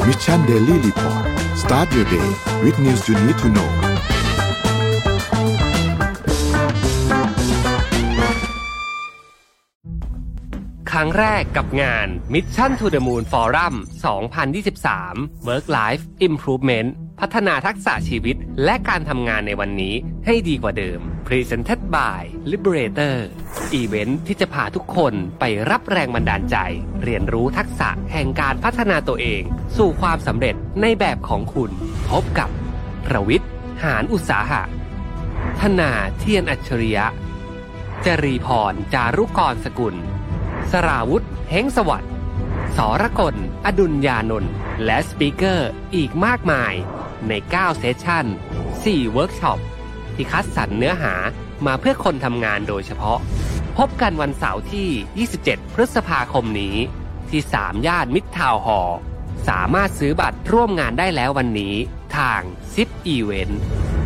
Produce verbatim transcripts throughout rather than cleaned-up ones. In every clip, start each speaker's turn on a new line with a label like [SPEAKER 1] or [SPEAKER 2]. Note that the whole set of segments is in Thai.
[SPEAKER 1] Mission Daily Report Start your day with news you need to know
[SPEAKER 2] ครั้งแรกกับงาน Mission to the Moon Forum สองพันยี่สิบสาม Work Life Improvement พัฒนาทักษะชีวิตและการทำงานในวันนี้ให้ดีกว่าเดิม Presented by Liberator อีเวนท์ที่จะพาทุกคนไปรับแรงบันดาลใจเรียนรู้ทักษะแห่งการพัฒนาตัวเองสู่ความสำเร็จในแบบของคุณพบกับประวิทย์ หาญอุตสาหะธนาเทียนอัจฉริยะจรีพรจารุกรสกุลสราวุธเฮงสวัสดิ์สรกลอดุลยานนท์และสปีกเกอร์อีกมากมายในเก้าเซสชั่นสี่เวิร์กช็อปที่คัดสรรเนื้อหามาเพื่อคนทำงานโดยเฉพาะพบกันวันเสาร์ที่ยี่สิบเจ็ดพฤษภาคมนี้ที่สามย่านมิตรทาวน์ฮอลล์สามารถซื้อบัตรร่วมงานได้แล้ววันนี้ทาง ซิป Event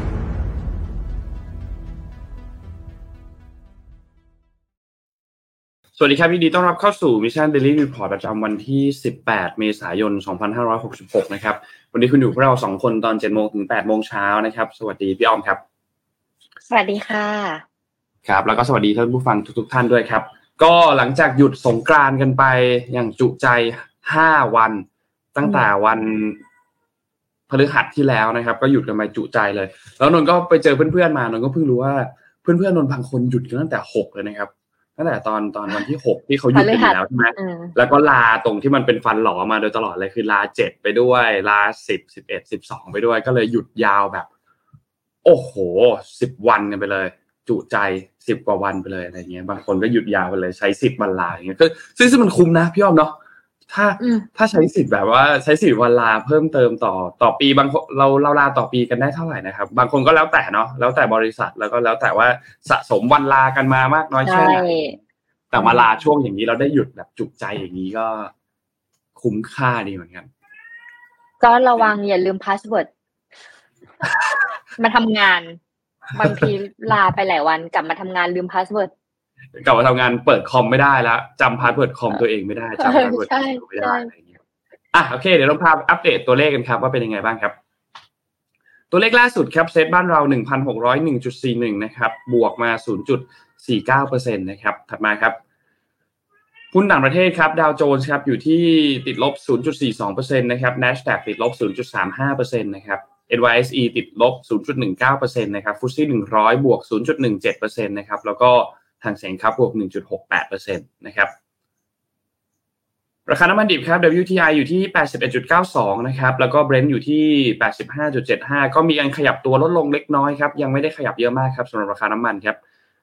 [SPEAKER 3] สวัสดีครับยินดีต้อนรับเข้าสู่ Mission Daily Report ประจำวันที่สิบแปดเมษายนสองพันห้าร้อยหกสิบหกนะครับวันนี้คุณอยู่พวกเราสองคนตอน เจ็ดโมง ถึง แปดโมง เช้านะครับสวัสดีพี่อ้อมครับ
[SPEAKER 4] สวัสดีค่ะ
[SPEAKER 3] ครับแล้วก็สวัสดีท่านผู้ฟังทุกๆท่านด้วยครับก็หลังจากหยุดสงกรานต์กันไปอย่างจุใจห้าวันตั้งแต่วันพฤหัสที่แล้วนะครับก็หยุดกันไปจุใจเลยแล้วนนท์ก็ไปเจอเพื่อนๆมานนท์ก็เพิ่งรู้ว่าเพื่อนๆนนท์บางคนหยุดกันตั้งแต่หกเลยนะครับตั้งแต่ตอนตอนวันที่หกที่เขาหยุดไปแล้วใช่ไหมแล้วก็ลาตรงที่มันเป็นฟันหลอมาโดยตลอดเลยคือลาเจ็ดไปด้วยลาสิบ สิบเอ็ด สิบสองไปด้วยก็เลยหยุดยาวแบบโอ้โหสิบวันกันไปเลยจุใจสิบกว่าวันไปเลยอะไรเงี้ยบางคนก็หยุดยาวไปเลยใช้สิบวันลาอย่างเงี้ยคือซึ่งซึ่งมันคุ้มนะพี่อ้อมเนาะถ้าถ้าใช้สิบแบบว่าใช้สิบวันลาเพิ่มเติมต่อต่อปีบางเราเราลาต่อปีกันได้เท่าไหร่นะครับบางคนก็แล้วแต่เนาะแล้วแต่บริษัทแล้วก็แล้วแต่ว่าสะสมวันลากันมามากน้อยแค่ไหนแต่มาลาช่วงอย่างนี้เราได้หยุดแบบจุใจอย่างนี้ก็คุ้มค่าดีเหมือนกัน
[SPEAKER 4] ก็ระวังอย่าลืมพาสเวิร์ดมาทำงานบางทีลาไปหลายวันกลับมาทำงานลืมพาสเวิร์ด
[SPEAKER 3] กลับมาทำงานเปิดคอมไม่ได้แล้วจำพาสเวิร์ดคอมตัวเองไม่ได้จำพาสเวิร์ดไม่ได้อะไรอย่างเงี้ยอ่ะโอเคเดี๋ยวเราพาอัปเดตตัวเลขกันครับว่าเป็นยังไงบ้างครับตัวเลขล่าสุดครับเซตบ้านเรา หนึ่งพันหกร้อยเอ็ดจุดสี่หนึ่ง นะครับบวกมา ศูนย์จุดสี่เก้าเปอร์เซ็นต์ นะครับถัดมาครับหุ้นต่างประเทศครับดาวโจนส์ครับอยู่ที่ติดลบ ศูนย์จุดสี่สองเปอร์เซ็นต์ นะครับ Nasdaq ติดลบ ศูนย์จุดสามห้าเปอร์เซ็นต์ นะครับ เอ็น วาย เอส อี ติดลบ ศูนย์จุดหนึ่งเก้าเปอร์เซ็นต์ นะครับ เอฟ ที เอส อี หนึ่งร้อยบวก ศูนย์จุดหนึ่งเจ็ดเปอร์เซ็นต์ นะครับแล้วก็ทางเซ็งครับบวก หนึ่งจุดหกแปดเปอร์เซ็นต์ นะครับราคาน้ำมันดิบครับ ดับเบิลยู ที ไอ อยู่ที่ แปดสิบเอ็ดจุดเก้าสอง นะครับแล้วก็ Brent อยู่ที่ แปดสิบห้าจุดเจ็ดห้า ก็มีการขยับตัวลดลงเล็กน้อยครับยังไม่ได้ขยับเยอะมากครับสำหรับราคาน้ำมันครับ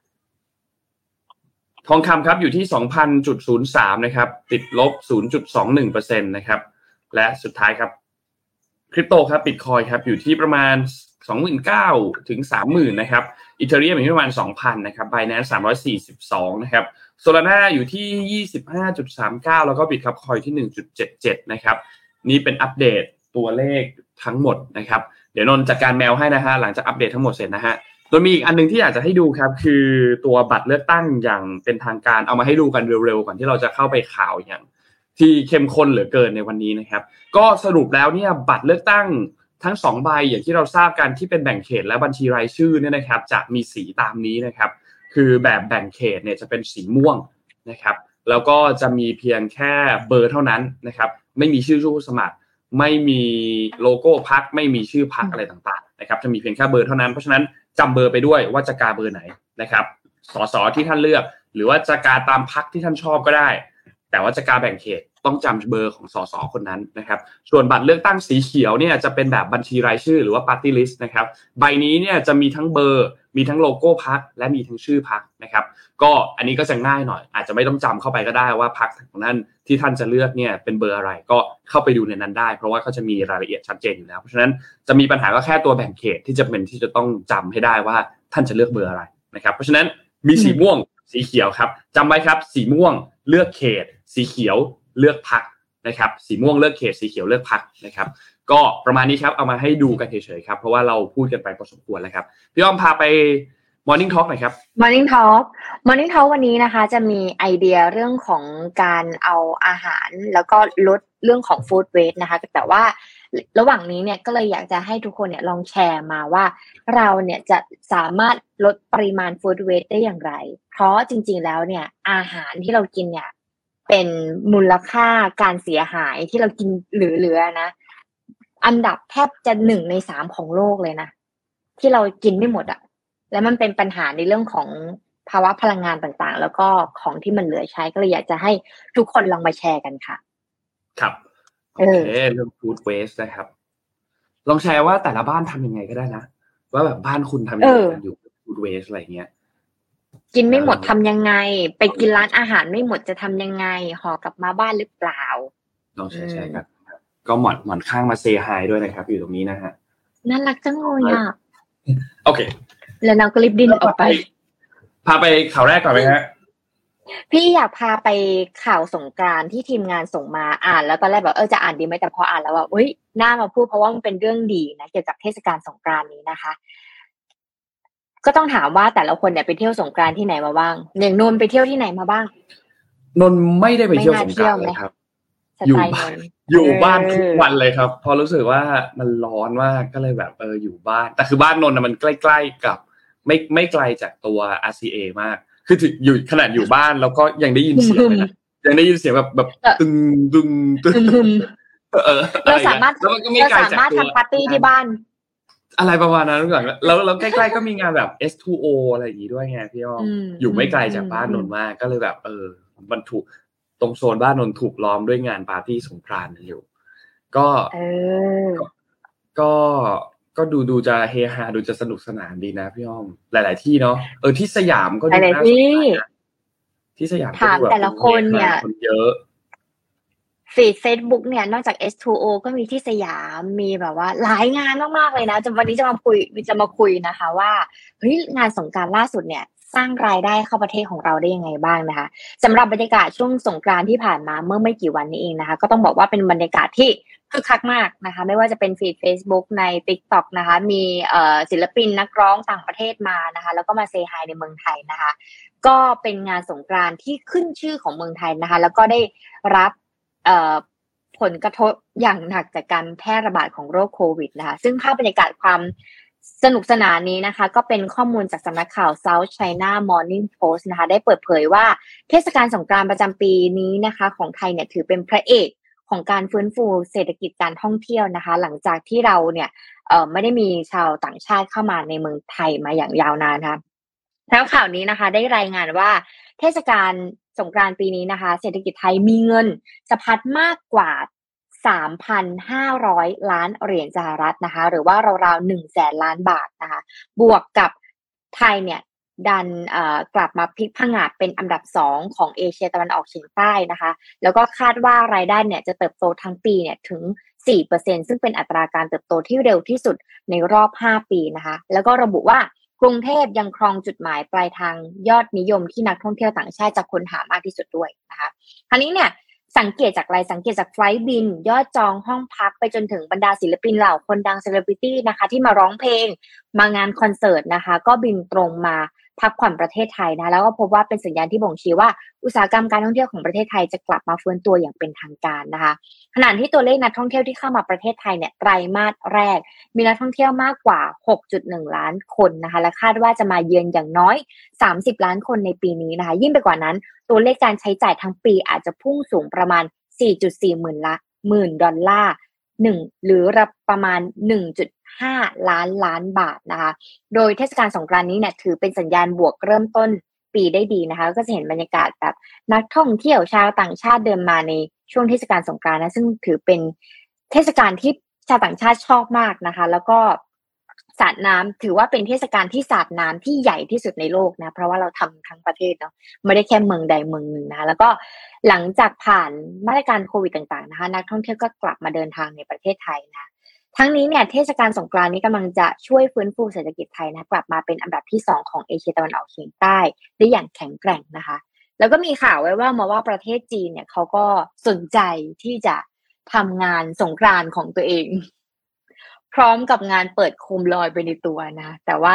[SPEAKER 3] ทองคำครับอยู่ที่ สองพันจุดศูนย์สาม นะครับติดลบ ศูนย์จุดสองหนึ่งเปอร์เซ็นต์ นะครับและสุดท้ายครับคริปโตครับ Bitcoin ครับอยู่ที่ประมาณ สองหมื่นเก้าพัน ถึง สามหมื่น นะครับ Ethereum อยู่ที่ประมาณ สองพัน นะครับ Binance สามร้อยสี่สิบสองนะครับ Solana อยู่ที่ ยี่สิบห้าจุดสามเก้า แล้วก็ Bitcoin ที่ หนึ่งจุดเจ็ดเจ็ด นะครับนี่เป็นอัปเดตตัวเลขทั้งหมดนะครับเดี๋ยวนนท์จัดการแมวให้นะฮะหลังจากอัปเดตทั้งหมดเสร็จนะฮะโดยมีอีกอันนึงที่อยากจะให้ดูครับคือตัวบัตรเลือกตั้งอย่างเป็นทางการเอามาให้ดูกันเร็วๆก่อนที่เราจะเข้าไปข่าวอย่างที่เข้มข้นเหลือเกินในวันนี้นะครับก็สรุปแล้วเนี่ยบัตรเลือกตั้งทั้งสองใบอย่างที่เราทราบกันที่เป็นแบ่งเขตและบัญชีรายชื่อเนี่ยนะครับจะมีสีตามนี้นะครับคือแบบแบ่งเขตเนี่ยจะเป็นสีม่วงนะครับแล้วก็จะมีเพียงแค่เบอร์เท่านั้นนะครับไม่มีชื่อผู้สมัครไม่มีโลโก้พรรคไม่มีชื่อพรรคอะไรต่างๆนะครับจะมีเพียงแค่เบอร์เท่านั้นเพราะฉะนั้นจำเบอร์ไปด้วยว่าจะกาเบอร์ไหนนะครับสสที่ท่านเลือกหรือว่าจะกาตามพรรคที่ท่านชอบก็ได้แต่ว่าจะกาแบ่งเขตต้องจำเบอร์ของสสคนนั้นนะครับส่วนบัตรเลือกตั้งสีเขียวเนี่ยจะเป็นแบบบัญชีรายชื่อหรือว่า Party List นะครับใบนี้เนี่ยจะมีทั้งเบอร์มีทั้งโลโก้พรรคและมีทั้งชื่อพรรคนะครับก็อันนี้ก็จะง่ายหน่อยอาจจะไม่ต้องจำเข้าไปก็ได้ว่าพรรคของนั้นที่ท่านจะเลือกเนี่ยเป็นเบอร์อะไรก็เข้าไปดูในนั้นได้เพราะว่าเขาจะมีรายละเอียดชัดเจนอยู่แล้วเพราะฉะนั้นจะมีปัญหาก็แค่ตัวแบ่งเขตที่จะเป็นที่จะต้องจำให้ได้ว่าท่านจะเลือกเบอร์อะไรนะครับเพราะฉะนั้นมีสีม่วงสีเขียวครับจำไว้ครับสีม่วงเลือกเขตสีเขียวเลือกพรรคนะครับสีม่วงเลือกเขตสีเขียวเลือกพรรคนะครับก็ประมาณนี้ครับเอามาให้ดูกันเฉยๆครับเพราะว่าเราพูดกันไปพอสมควรแล้วครับพี่อ้อมพาไป Morning Talk หน่อยครับ
[SPEAKER 4] Morning Talk Morning Talk วันนี้นะคะจะมีไอเดียเรื่องของการเอาอาหารแล้วก็ลดเรื่องของ food waste นะคะแต่ว่าระหว่างนี้เนี่ยก็เลยอยากจะให้ทุกคนเนี่ยลองแชร์มาว่าเราเนี่ยจะสามารถลดปริมาณ food waste ได้อย่างไรเพราะจริงๆแล้วเนี่ยอาหารที่เรากินเนี่ยเป็นมูลค่าการเสียหายที่เรากินเหลือๆนะอันดับแทบจะหนึ่งในสามของโลกเลยนะที่เรากินไม่หมดอ่ะแล้วมันเป็นปัญหาในเรื่องของภาวะพลังงานต่างๆแล้วก็ของที่มันเหลือใช้ก็เลยอยากจะให้ทุกคนลองมาแชร์กันค่ะ
[SPEAKER 3] ครับโอเคเรื่อง food waste นะครับลองแชร์ว่าแต่ละบ้านทำยังไงก็ได้นะว่าแบบบ้านคุณทำยังไงกันอยู่ food waste อะไรเงี้ย
[SPEAKER 4] กินไม่หมดทำยังไงไปกินร้านอาหารไม่หมดจะทำยังไงห่อกลับมาบ้านหรือเปล่า
[SPEAKER 3] ลองแชร์แชร์กันก็หมอนหมอนข้างมาเซฮายด้วยนะครับอยู่ตรงนี้นะฮะ
[SPEAKER 4] น่ารักจังเลยอ่ะ
[SPEAKER 3] โอเค
[SPEAKER 4] แล้วเราก็รีบดิ้นออกไป
[SPEAKER 3] พาไปข่าวแรกก่อนไหมฮะ
[SPEAKER 4] พี่อยากพาไปข่าวสงกรานต์ที่ทีมงานส่งมาอ่านแล้วตอนแรกแบบเออจะอ่านดีไหมแต่พออ่านแล้วว่าเฮ้ยน่ามาพูดเพราะว่ามันเป็นเรื่องดีนะเกี่ยวกับเทศกาลสงกรานต์นี้นะคะก็ต้องถามว่าแต่ละคนเนี่ยไปเที่ยวสงกรานต์ที่ไหนมาบ้างอย่างนนท์ไปเที่ยวที่ไหนมาบ้าง
[SPEAKER 3] นนท์ไม่ได้ไปเที่ยวสงกรานต์เลยครับอยู่บ้านอยู่บ้านทุกวันเลยครับพอรู้สึกว่ามันร้อนมากก็เลยแบบเอออยู่บ้านแต่คือบ้านนนท์มันใกล้ๆกับไม่ไม่ไกลจากตัว อาร์ ซี เอ มากคือถึงอยู่ขนาดอยู่บ้านแล้วก็ยังได้ยินเสียงเลยนะยังได้ยินเสียงแบบแบบตึงตึงตึงเออ
[SPEAKER 4] เราสามารถเราสามารถทำปาร์ตี้ที่บ้าน
[SPEAKER 3] อะไรประมาณนั้นทุกอย่างแล้วแล้วใกล้ๆก็มีงานแบบ เอส ทู โอ อะไรอย่างงี้ด้วยไงพี่อ้อมอยู่ไม่ไกลจากบ้านนนท์มากก็เลยแบบเออมันถูกตรงโซนบ้านนนท์ถูกล้อมด้วยงานปาร์ตี้สงกรานต์อยู่ก็
[SPEAKER 4] เออ
[SPEAKER 3] ก็ก็ดูดูจะเฮฮาดูจะสนุกสนานดีนะพี่อ้อมหลายๆที่เนาะเออที่สยามก็ดูน่าสนใจนะที่สยาม
[SPEAKER 4] ถามแต่ละคนเนี่ย
[SPEAKER 3] คนเยอะ
[SPEAKER 4] ฟีด Facebook เนี่ยนอกจาก เอส ทู โอ ก็มีที่สยามมีแบบว่าหลายงานมากๆเลยนะจนวันนี้จะมาคุยจะมาคุยนะคะว่าเฮ้ยงานสงกรานต์ล่าสุดเนี่ยสร้างรายได้เข้าประเทศของเราได้ยังไงบ้างนะคะสำหรับบรรยากาศช่วงสงกรานต์ที่ผ่านมาเมื่อไม่กี่วันนี้เองนะคะก็ต้องบอกว่าเป็นบรรยากาศที่คึกคักมากนะคะไม่ว่าจะเป็นฟีด Facebook ใน TikTok นะคะมีเอ่อศิลปินนักร้องต่างประเทศมานะคะแล้วก็มาเซย์ไฮในเมืองไทยนะคะก็เป็นงานสงกรานต์ที่ขึ้นชื่อของเมืองไทยนะคะแล้วก็ได้รับเอ่อผลกระทบอย่างหนักจากการแพร่ระบาดของโรคโควิดนะคะซึ่งภาพบรรยากาศความสนุกสนานนี้นะคะก็เป็นข้อมูลจากสำนักข่าว South China Morning Post นะคะได้เปิดเผยว่าเทศกาลสงกรานต์ประจำปีนี้นะคะของไทยเนี่ยถือเป็นพระเอกของการฟื้นฟูเศรษฐกิจการท่องเที่ยวนะคะหลังจากที่เราเนี่ยเอ่อไม่ได้มีชาวต่างชาติเข้ามาในเมืองไทยมาอย่างยาวนานนะคะแล้วข่าวนี้นะคะได้รายงานว่าเทศกาลสงกรานต์ปีนี้นะคะเศรษฐกิจไทยมีเงินสะพัดมากกว่า สามพันห้าร้อย ล้านเหรียญสหรัฐนะคะหรือว่าราวๆ หนึ่งแสน ล้านบาทนะคะบวกกับไทยเนี่ยดันเอ่อกลับมาพลิกผงาดเป็นอันดับสองของเอเชียตะวันออกเฉียงใต้นะคะแล้วก็คาดว่ารายได้เนี่ยจะเติบโตทั้งปีเนี่ยถึง สี่เปอร์เซ็นต์ ซึ่งเป็นอัตราการเติบโตที่เร็วที่สุดในรอบห้าปีนะคะแล้วก็ระบุว่ากรุงเทพยังครองจุดหมายปลายทางยอดนิยมที่นักท่องเที่ยวต่างชาติจะค้นหามากที่สุดด้วยนะคะคราวนี้เนี่ยสังเกตจากอะไรสังเกตจากไฟล์บินยอดจองห้องพักไปจนถึงบรรดาศิลปินเหล่าคนดังเซเลบริตี้นะคะที่มาร้องเพลงมางานคอนเสิร์ตนะคะก็บินตรงมาพักผ่อนประเทศไทยนะแล้วก็พบว่าเป็นสัญญาณที่บ่งชี้ว่าอุตสาหกรรมการท่องเที่ยวของประเทศไทยจะกลับมาฟื้นตัวอย่างเป็นทางการนะคะขณะที่ตัวเลขนักท่องเที่ยวที่เข้ามาประเทศไทยเนี่ยไตรมาสแรกมีนักท่องเที่ยวมากกว่า หกจุดหนึ่ง ล้านคนนะคะและคาดว่าจะมาเยือนอย่างน้อยสามสิบล้านคนในปีนี้นะคะยิ่งไปกว่านั้นตัวเลขการใช้จ่ายทั้งปีอาจจะพุ่งสูงประมาณ สี่จุดสี่ หมื่นละหมื่นดอลลาร์หนึ่งหรือประมาณ หนึ่งจุดห้า ล้านล้านบาทนะคะโดยเทศกาลสงกรานต์นี้เนี่ยถือเป็นสัญญาณบวกเริ่มต้นปีได้ดีนะคะก็จะเห็นบรรยากาศแบบนักท่องเที่ยวชาวต่างชาติเดินมาในช่วงเทศกาลสงกรานต์นะซึ่งถือเป็นเทศกาลที่ชาวต่างชาติชอบมากนะคะแล้วก็สาดน้ำถือว่าเป็นเทศกาลที่สาดน้ำที่ใหญ่ที่สุดในโลกนะเพราะว่าเราทำทั้งประเทศเนาะไม่ได้แค่เมืองใดเมืองหนึ่งนะแล้วก็หลังจากผ่านมาตรการโควิดต่างๆนะคะนักท่องเที่ยวก็กลับมาเดินทางในประเทศไทยนะทั้งนี้เนี่ยเทศกาลสงกรานต์นี้กำลังจะช่วยฟื้นฟูเศรษฐกิจไทยนะกลับมาเป็นอันดับที่สองของเอเชียตะวันออกเฉียงใต้ได้อย่างแข็งแกร่งนะคะแล้วก็มีข่าวไว้ว่ามาว่าประเทศจีนเนี่ยเขาก็สนใจที่จะทำงานสงกรานต์ของตัวเองพร้อมกับงานเปิดโคมลอยไปในตัวนะแต่ว่า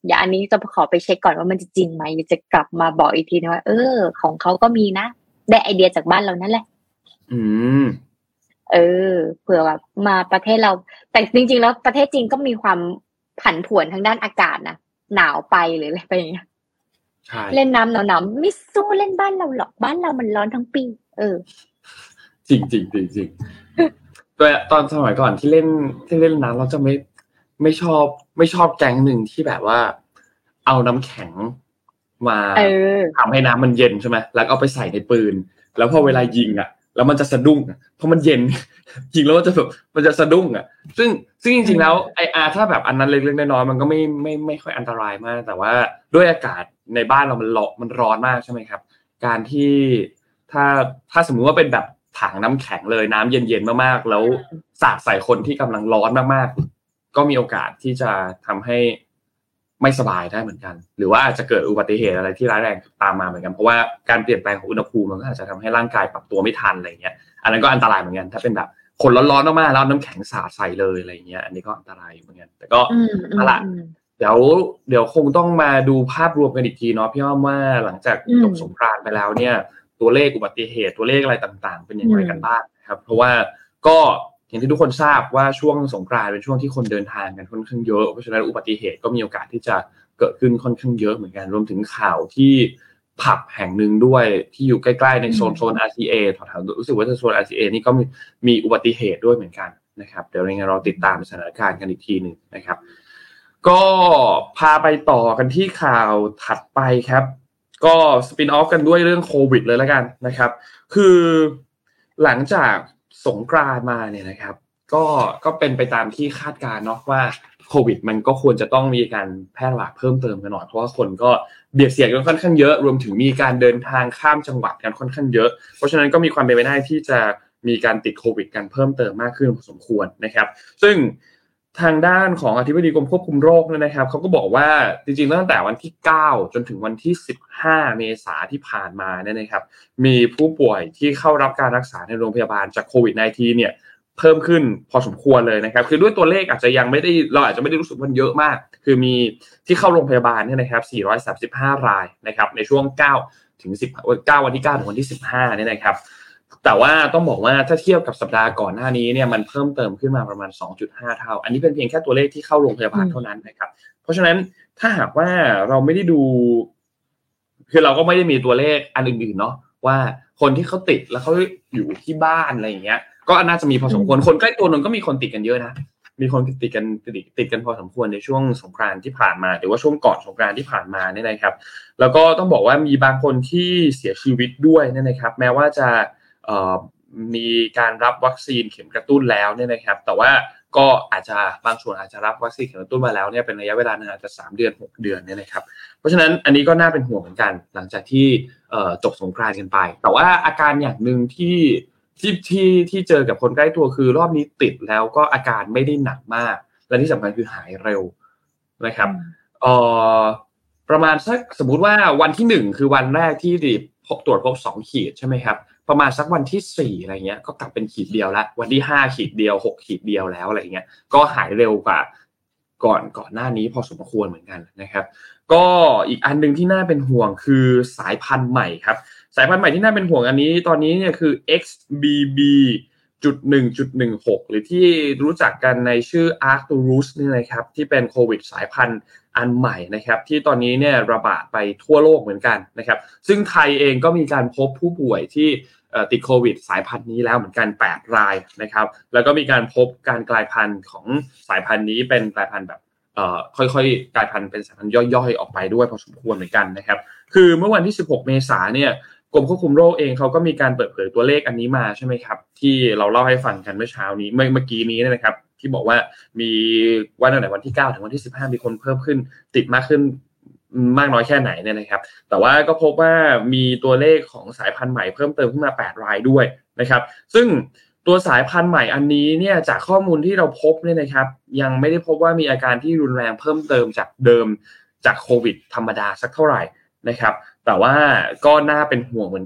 [SPEAKER 4] อย่าอันนี้จะขอไปเช็คก่อนว่ามันจะจริงไหมจะกลับมาบอกอีกทีนะว่าเออของเขาก็มีนะได้ไอเดียจากบ้านเรานั่นแหละ
[SPEAKER 3] อืม
[SPEAKER 4] เออเผื่อแบบมาประเทศเราแต่จริงๆแล้วประเทศจีนก็มีความผันผวนทางด้านอากาศนะหนาวไปหรืออะไรไปอย่างเงี้ย
[SPEAKER 3] ใช่
[SPEAKER 4] เล่นน้ำหนาวๆไม่สู้เล่นบ้านเราหรอกบ้านเรามันร้อนทั้งปีเออ
[SPEAKER 3] จริงจริงจริงจริงตัวตอนสมัยก่อนที่เล่นที่เล่นน้ำเราจะไม่ไม่ชอบไม่ชอบแก๊งหนึ่งที่แบบว่าเอาน้ำแข็งมาทำให้น้ำมันเย็นใช่ไหมแล้วเอาไปใส่ในปืนแล้วพอเวลายิงอ่ะแล้วมันจะสะดุ้งเพราะมันเย็นยิงแล้วมันจะแบบมันจะสะดุ้งอ่ะซึ่งซึ่งจริงๆแล้วไออาร์ถ้าแบบอันนั้นเล็กๆน้อยๆมันก็ไม่ไม่ไม่ค่อยอันตรายมากแต่ว่าด้วยอากาศในบ้านเรามันร้อนมันร้อนมากใช่ไหมครับการที่ถ้าถ้าสมมุติว่าเป็นแบบถังน้ำแข็งเลยน้ำเย็นๆมากๆแล้วสาดใส่คนที่กำลังร้อนมากๆก็มีโอกาสที่จะทำให้ไม่สบายได้เหมือนกันหรือว่าอาจจะเกิดอุบัติเหตุอะไรที่ร้ายแรงตามมาเหมือนกันเพราะว่าการเปลี่ยนแปลงของอุณหภูมิมันก็อาจจะทำให้ร่างกายปรับตัวไม่ทันอะไรเงี้ยอันนั้นก็อันตรายเหมือนกันถ้าเป็นแบบคนร้อนๆมากๆแล้วน้ำแข็งสาดใส่เลยอะไรเงี้ยอันนี้ก็อันตรายเหมือนกันแต่ก็เอาล่ะเดี๋ยวเดี๋ยวคงต้องมาดูภาพรวมกันอีกทีเนาะพี่อ้อมว่าหลังจากจบสงกรานต์ไปแล้วเนี่ยตัวเลขอุบัติเหตุตัวเลขอะไรต่างๆเป็นอย่างไรกันบ้างครับเพราะว่าก็อย่างที่ทุกคนทราบว่าช่วงสงกรานต์เป็นช่วงที่คนเดินทางกันค่อนข้างเยอะเพราะฉะนั้นอุบัติเหตุก็มีโอกาสที่จะเกิดขึ้นค่อนข้างเยอะเหมือนกันรวมถึงข่าวที่ผับแห่งหนึ่งด้วยที่อยู่ใกล้ๆในโซนโซน อาร์ ซี เอ แถวๆรู้สึกว่าจะโซน อาร์ ซี เอ นี่ก็มีมีอุบัติเหตุด้วยเหมือนกันนะครับเดี๋ยวยังไงเราติดตามสถานการณ์กันอีกทีนึงนะครับก็พาไปต่อกันที่ข่าวถัดไปครับก็สปินออฟกันด้วยเรื่องโควิดเลยแล้วกันนะครับคือหลังจากสงกรานต์มาเนี่ยนะครับก็ก็เป็นไปตามที่คาดการณ์เนาะว่าโควิดมันก็ควรจะต้องมีการแพร่ระบาดเพิ่มเติมกันหน่อยเพราะว่าคนก็เบียดเสียดกันค่อนข้างเยอะรวมถึงมีการเดินทางข้ามจังหวัดกันค่อนข้างเยอะเพราะฉะนั้นก็มีความเป็นไปได้ที่จะมีการติดโควิดกันเพิ่มเติมมากขึ้นพอสมควรนะครับซึ่งทางด้านของอธิบดีกรมควบคุมโรคเนี่ยนะครับเขาก็บอกว่าจริงๆตั้งแต่วันที่เก้าจนถึงวันที่สิบห้าเมษายนที่ผ่านมาเนี่ยนะครับมีผู้ป่วยที่เข้ารับการรักษาในโรงพยาบาลจากโควิด สิบเก้า เนี่ยเพิ่มขึ้นพอสมควรเลยนะครับคือด้วยตัวเลขอาจจะยังไม่ได้เราอาจจะไม่ได้รู้สึกว่าเยอะมากคือมีที่เข้าโรงพยาบาลเนี่ยนะครับสี่ร้อยสามสิบห้ารายนะครับในช่วงเก้าถึงสิบเก้าวันที่เก้าถึงวันที่สิบห้าเนี่ยนะครับแต่ว่าต้องบอกว่าถ้าเทียบกับสัปดาห์ก่อนหน้านี้เนี่ยมันเพิ่มเติมขึ้นมาประมาณ สองจุดห้า เท่าอันนี้เป็นเพียงแค่ตัวเลขที่เข้าโรงพยาบาลเท่านั้นนะครับเพราะฉะนั้นถ้าหากว่าเราไม่ได้ดูคือเราก็ไม่ได้มีตัวเลขอันอื่นๆเนาะว่าคนที่เขาติดแล้วเขาอยู่ที่บ้านอะไรอย่างเงี้ยก็น่าจะมีพอสมควรคนใกล้ตัวนนก็มีคนติดกันเยอะนะมีคนติดกันติดติดกันพอสมควรในช่วงสงกรานต์ที่ผ่านมาหรือว่าช่วงก่อนสงกรานต์ที่ผ่านมาเนี่ยนะครับแล้วก็ต้องบอกว่ามีบางคนที่เสียชีวิตด้วยเนี่ยนะครับแม้ว่าจะเอ่อมีการรับวัคซีนเข็มกระตุ้นแล้วเนี่ยนะครับแต่ว่าก็อาจจะบางส่วนอาจจะรับวัคซีนเข็มกระตุ้นมาแล้วเนี่ยเป็นระยะเวลานานอาจจะสามเดือนหกเดือนเนี่ยนะครับเพราะฉะนั้นอันนี้ก็น่าเป็นห่วงเหมือนกันหลังจากที่เอ่อจบสงกรานต์กันไปแต่ว่าอาการอย่างนึงที่ที่ที่ที่เจอกับคนใกล้ตัวคือรอบนี้ติดแล้วก็อาการไม่ได้หนักมากและที่สำคัญคือหายเร็วนะครับเอ่อประมาณสักสมมุติว่าวันที่หนึ่งคือวันแรกที่ตรวจพบสองขีดใช่ไหมครับประมาณสักวันที่สี่อะไรเงี้ยก็กลับเป็นขีดเดียวแล้ววันที่ห้าขีดเดียวหกขีดเดียวแล้วอะไรเงี้ยก็หายเร็วกว่าก่อนก่อนหน้านี้พอสมควรเหมือนกันนะครับก็อีกอันนึงที่น่าเป็นห่วงคือสายพันธุ์ใหม่ครับสายพันธุ์ใหม่ที่น่าเป็นห่วงอันนี้ตอนนี้เนี่ยคือ เอ็กซ์ บี บี จุด หนึ่ง จุด หนึ่ง หก หรือที่รู้จักกันในชื่อ Arcturus นี่นะครับที่เป็นโควิดสายพันธุ์อันใหม่นะครับที่ตอนนี้เนี่ยระบาดไปทั่วโลกเหมือนกันนะครับซึ่งไทยเองก็มีการพบผู้ป่วยที่ติดโควิดสายพันธุ์นี้แล้วเหมือนกันแปดรายนะครับแล้วก็มีการพบการกลายพันธุ์ของสายพันธุ์นี้เป็นกลายพันธุ์แบบเอ่อค่อยๆกลายพันธุ์เป็นสายพันธุ์ย่อยๆออกไปด้วยพอสมควรเหมือนกันนะครับคือเมื่อวันที่สิบหกเมษายนเนี่ยกรมควบคุมโรคเองเขาก็มีการเปิดเผยตัวเลขอันนี้มาใช่ไหมครับที่เราเล่าให้ฟังกันเมื่อเช้านี้เมื่อเมื่อกี้นี้นะครับที่บอกว่ามีวันไหนวันที่เก้าถึงวันที่สิบห้ามีคนเพิ่มขึ้นติดมากขึ้นมากน้อยแค่ไหนเนี่ยนะครับแต่ว่าก็พบว่ามีตัวเลขของสายพันธุ์ใหม่เพิ่มเติมขึ้นมาแปดรายด้วยนะครับซึ่งตัวสายพันธุ์ใหม่อันนี้เนี่ยจากข้อมูลที่เราพบเนี่ยนะครับยังไม่ได้พบว่ามีอาการที่รุนแรงเพิ่มเติมจากเดิมจากโควิดธรรมดาสักเท่าไหร่นะครับแต่ว่าก็น่าเป็นห่วงเหมือนกัน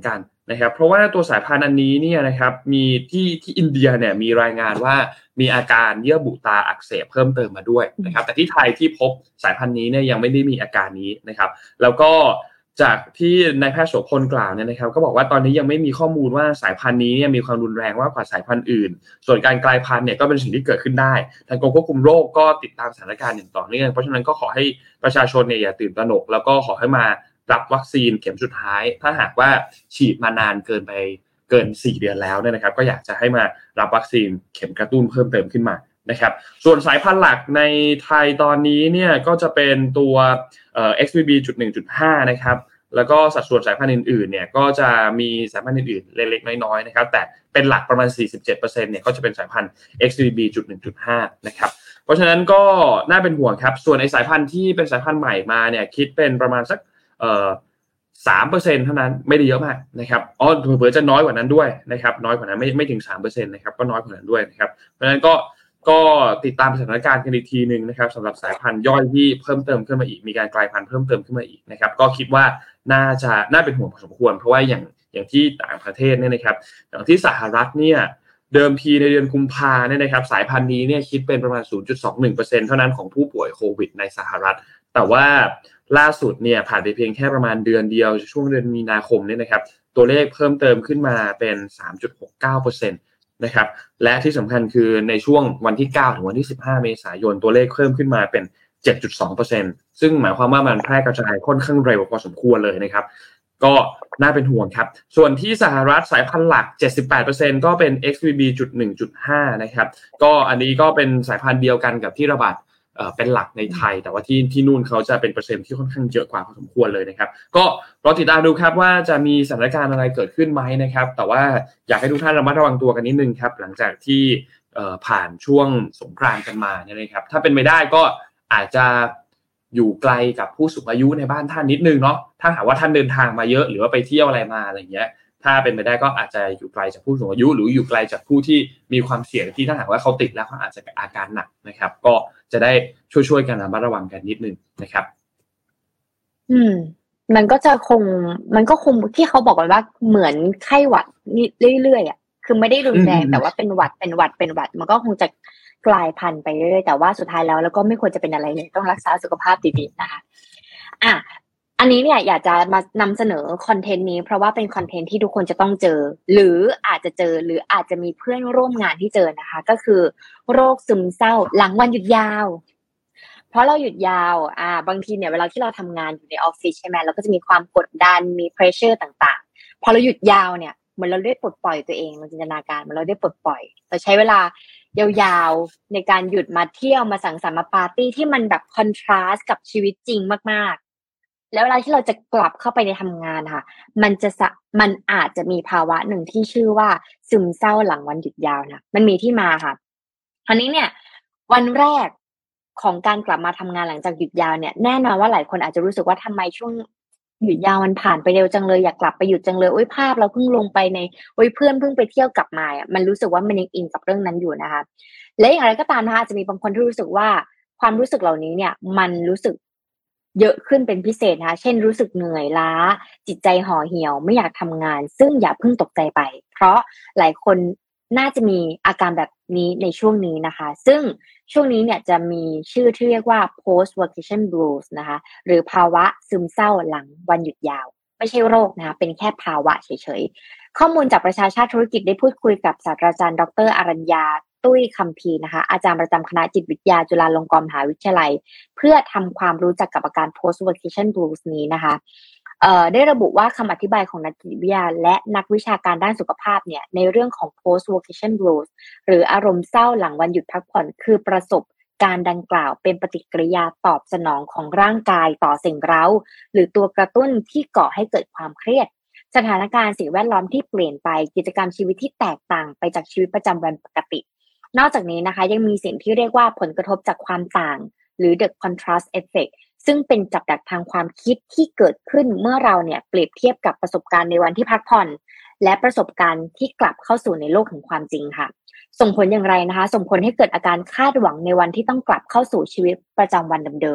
[SPEAKER 3] นะครับเพราะว่าตัวสายพันธุ์อันนี้เนี่ยนะครับมีที่ที่อินเดียเนี่ยมีรายงานว่ามีอาการเยื่อบุตาอักเสบเพิ่มเติมมาด้วยนะครับแต่ที่ไทยที่พบสายพันธุ์นี้เนี่ยยังไม่ได้มีอาการนี้นะครับแล้วก็จากที่นายแพทย์โสพลกล่าวเนี่ยนะครับก็บอกว่าตอนนี้ยังไม่มีข้อมูลว่าสายพันธุ์นี้เนี่ยมีความรุนแรงมากกว่าสายพันธุ์อื่นส่วนการกลายพันธุ์เนี่ยก็เป็นสิ่งที่เกิดขึ้นได้ทางกรมควบคุมโรคก็ติดตามสถานการณ์อย่างต่อเนื่องเพราะฉะนั้นก็ขอให้ประชาชนเนี่ยอย่าตื่นตระหนกแล้วก็ขอให้มารับวัคซีนเข็มสุดท้ายถ้าหากว่าฉีดมานานเกินไปเกินสี่เดือนแล้วเนี่ยนะครับก็อยากจะให้มารับวัคซีนเข็มกระตุ้นเพิ่มเติมขึ้นมานะครับส่วนสายพันธุ์หลักในไทยตอนนี้เนี่ยก็จะเป็นตัวเอ่อ เอ็กซ์ วี บี จุด หนึ่ง จุด ห้า นะครับแล้วก็สัดส่วนสายพันธุ์อื่นๆเนี่ยก็จะมีสายพันธุ์อื่นๆเล็กๆน้อยๆนะครับแต่เป็นหลักประมาณ สี่สิบเจ็ดเปอร์เซ็นต์ เนี่ยก็จะเป็นสายพันธุ์ เอ็กซ์ วี บี จุด หนึ่ง จุด ห้า นะครับเพราะฉะนั้นก็น่าเป็นห่วงครับส่วนไอ้สายพันธุ์ที่เป็นสายพันธุ์ใหม่มาเนี่ยคิดเป็นประมาณสักเอ่อ สามเปอร์เซ็นต์ เท่านั้นไม่ได้เยอะมากนะครับอ๋อเผื่อๆจะน้อยกว่านั้นด้วยนะครับน้อยกว่านั้นไม่ไม่ถึง สามเปอร์เซ็นต์ นะครับก็น้อยกว่านั้นด้วยนะครับเพราะฉะนั้นก็ก็ติดตามสถานการณ์กันอีกทีนึงนะครับสำหรับสายพันธุ์ย่อยที่เพิ่มเติมขึ้นมาอีกมีการกลายพันธุ์เพิ่มเติมขึ้นมาอีกนะครับก็คิดว่าน่าจะน่าเป็นห่วงพอสมควรเพราะว่าอย่างอย่างที่ต่างประเทศเนี่ยนะครับอย่างที่สหรัฐเนี่ยเดิมทีในเดือนกุมภาเนี่ยนะครับสายพันธุ์นี้เนี่ยคิดเป็นประมาณ ศูนย์จุดสองหนึ่งเปอร์เซ็นต์ เท่านั้นของผู้ป่วยโควิดในสหรัฐแต่ว่าล่าสุดเนี่ยผ่านไปเพียงแค่ประมาณเดือนเดียวช่วงเดือนมีนาคมเนี่ยนะครับตัวเลขเพิ่มเติมขึ้นมาเป็น สามจุดหกเก้าเปอร์เซ็นต์ นะครับและที่สำคัญคือในช่วงวันที่เก้าถึงวันที่สิบห้าเมษายนตัวเลขเพิ่มขึ้นมาเป็น เจ็ดจุดสองเปอร์เซ็นต์ ซึ่งหมายความว่ามันแพร่กระจายค่อนข้างเร็วพอสมควรเลยนะครับก็น่าเป็นห่วงครับส่วนที่สหรัฐสายพันธุ์หลัก เจ็ดสิบแปดเปอร์เซ็นต์ ก็เป็น เอ็กซ์ วี บี จุด หนึ่ง จุด ห้า นะครับก็อันนี้ก็เป็นสายพันธุ์เดียวกันกับที่ระบาดเอ่อเป็นหลักในไทยแต่ว่าที่ที่นู่นเขาจะเป็นเปอร์เซ็นต์ที่ค่อนข้างเยอะกว่าพอสมควรเลยนะครับก็รอติดตามดูครับว่าจะมีสถานการณ์อะไรเกิดขึ้นไหมนะครับแต่ว่าอยากให้ทุกท่านระมัดระวังตัวกันนิดนึงครับหลังจากที่เอ่อผ่านช่วงสงกรานต์กันมาเนี่ยนะครับถ้าเป็นไปได้ก็อาจจะอยู่ไกลกับผู้สูงอายุในบ้านท่านนิดนึงเนาะถ้าหากว่าท่านเดินทางมาเยอะหรือว่าไปเที่ยวอะไรมาอะไรอย่างเงี้ยถ้าเป็นไปได้ก็อาจจะอยู่ไกลจากผู้สูงอายุหรืออยู่ไกลจากผู้ที่มีความเสี่ยงที่ถ้าหากว่าเขาติดแล้วเขาอาจจะเกิดอาการหนักนะครับก็จะได้ช่วยๆกันระมัดระวังกันนิดนึงนะครับ
[SPEAKER 4] อืมมันก็จะคงมันก็คงที่เขาบอกกันว่าเหมือนไข้หวัดนี่เรื่อยๆอ่ะคือไม่ได้รุนแรงแต่ว่าเป็นหวัดเป็นหวัดเป็นหวัดมันก็คงจะกลายพันธุ์ไปเรื่อยๆแต่ว่าสุดท้ายแล้วแล้วก็ไม่ควรจะเป็นอะไรเลยต้องรักษาสุขภาพดีๆนะคะอ่ะอันนี้เนี่ยอยากจะมานำเสนอคอนเทนต์นี้เพราะว่าเป็นคอนเทนต์ที่ทุกคนจะต้องเจอหรืออาจจะเจอหรืออาจจะมีเพื่อนร่วมงานที่เจอนะคะก็คือโรคซึมเศร้าหลังวันหยุดยาวเพราะเราหยุดยาวอ่าบางทีเนี่ยเวลาที่เราทำงานอยู่ในออฟฟิศใช่ไหมเราก็จะมีความกดดันมีเพรสเชอร์ต่างๆพอเราหยุดยาวเนี่ยเหมือนเราได้ปลดปล่อยตัวเองเราจินตนาการเหมือนเราได้ปลดปล่อยเราใช้เวลายาวๆในการหยุดมาเที่ยวมาสังสรรค์มาปาร์ตี้ที่มันแบบคอนทราสต์กับชีวิตจริงมากๆแล้วเวลาที่เราจะกลับเข้าไปในทำงานค่ะมันจะมันอาจจะมีภาวะหนึ่งที่ชื่อว่าซึมเศร้าหลังวันหยุดยาวนะมันมีที่มาค่ะคราวนี้เนี่ยวันแรกของการกลับมาทำงานหลังจากหยุดยาวเนี่ยแน่นอนว่าหลายคนอาจจะรู้สึกว่าทำไมช่วงหยุดยาวมันผ่านไปเร็วจังเลยอยากกลับไปหยุดจังเลยโอ๊ยภาพเราเพิ่งลงไปในโอ๊ยเพื่อนเพิ่งไปเที่ยวกลับมาอ่ะมันรู้สึกว่ามันยังอินกับเรื่องนั้นอยู่นะคะและอย่างไรก็ตามนะคะอาจจะมีบางคนที่รู้สึกว่าความรู้สึกเหล่านี้เนี่ยมันรู้สึกเยอะขึ้นเป็นพิเศษนะคะเช่นรู้สึกเหนื่อยล้าจิตใจห่อเหี่ยวไม่อยากทำงานซึ่งอย่าเพิ่งตกใจไปเพราะหลายคนน่าจะมีอาการแบบนี้ในช่วงนี้นะคะซึ่งช่วงนี้เนี่ยจะมีชื่อที่เรียกว่า post vacation blues นะคะหรือภาวะซึมเศร้าหลังวันหยุดยาวไม่ใช่โรคนะคะเป็นแค่ภาวะเฉยๆข้อมูลจากประชาชาติธุรกิจได้พูดคุยกับศาสตราจารย์ดรอรัญญาตุ้ยคัมภีร์นะคะอาจารย์ประจำคณะจิตวิทยาจุฬาลงกรณ์มหาวิทยาลัยเพื่อทำความรู้จักกับอาการ post vacation blues นี้นะคะเอ่อได้ระบุว่าคำอธิบายของนักจิตวิทยาและนักวิชาการด้านสุขภาพเนี่ยในเรื่องของ post vacation blues หรืออารมณ์เศร้าหลังวันหยุดพักผ่อนคือประสบการดังกล่าวเป็นปฏิกิริยาตอบสนองของร่างกายต่อสิ่งเร้าหรือตัวกระตุ้นที่ก่อให้เกิดความเครียดสถานการณ์สิ่งแวดล้อมที่เปลี่ยนไปกิจกรรมชีวิตที่แตกต่างไปจากชีวิตประจำวันปกตินอกจากนี้นะคะยังมีสิ่งที่เรียกว่าผลกระทบจากความต่างหรือ the contrast effect ซึ่งเป็นจับดักทางความคิดที่เกิดขึ้นเมื่อเราเนี่ยเปรียบเทียบกับประสบการณ์ในวันที่พักผ่อนและประสบการณ์ที่กลับเข้าสู่ในโลกแห่งความจริงค่ะส่งผลอย่างไรนะคะส่งผลให้เกิดอาการคาดหวังในวันที่ต้องกลับเข้าสู่ชีวิตประจำวันเดิม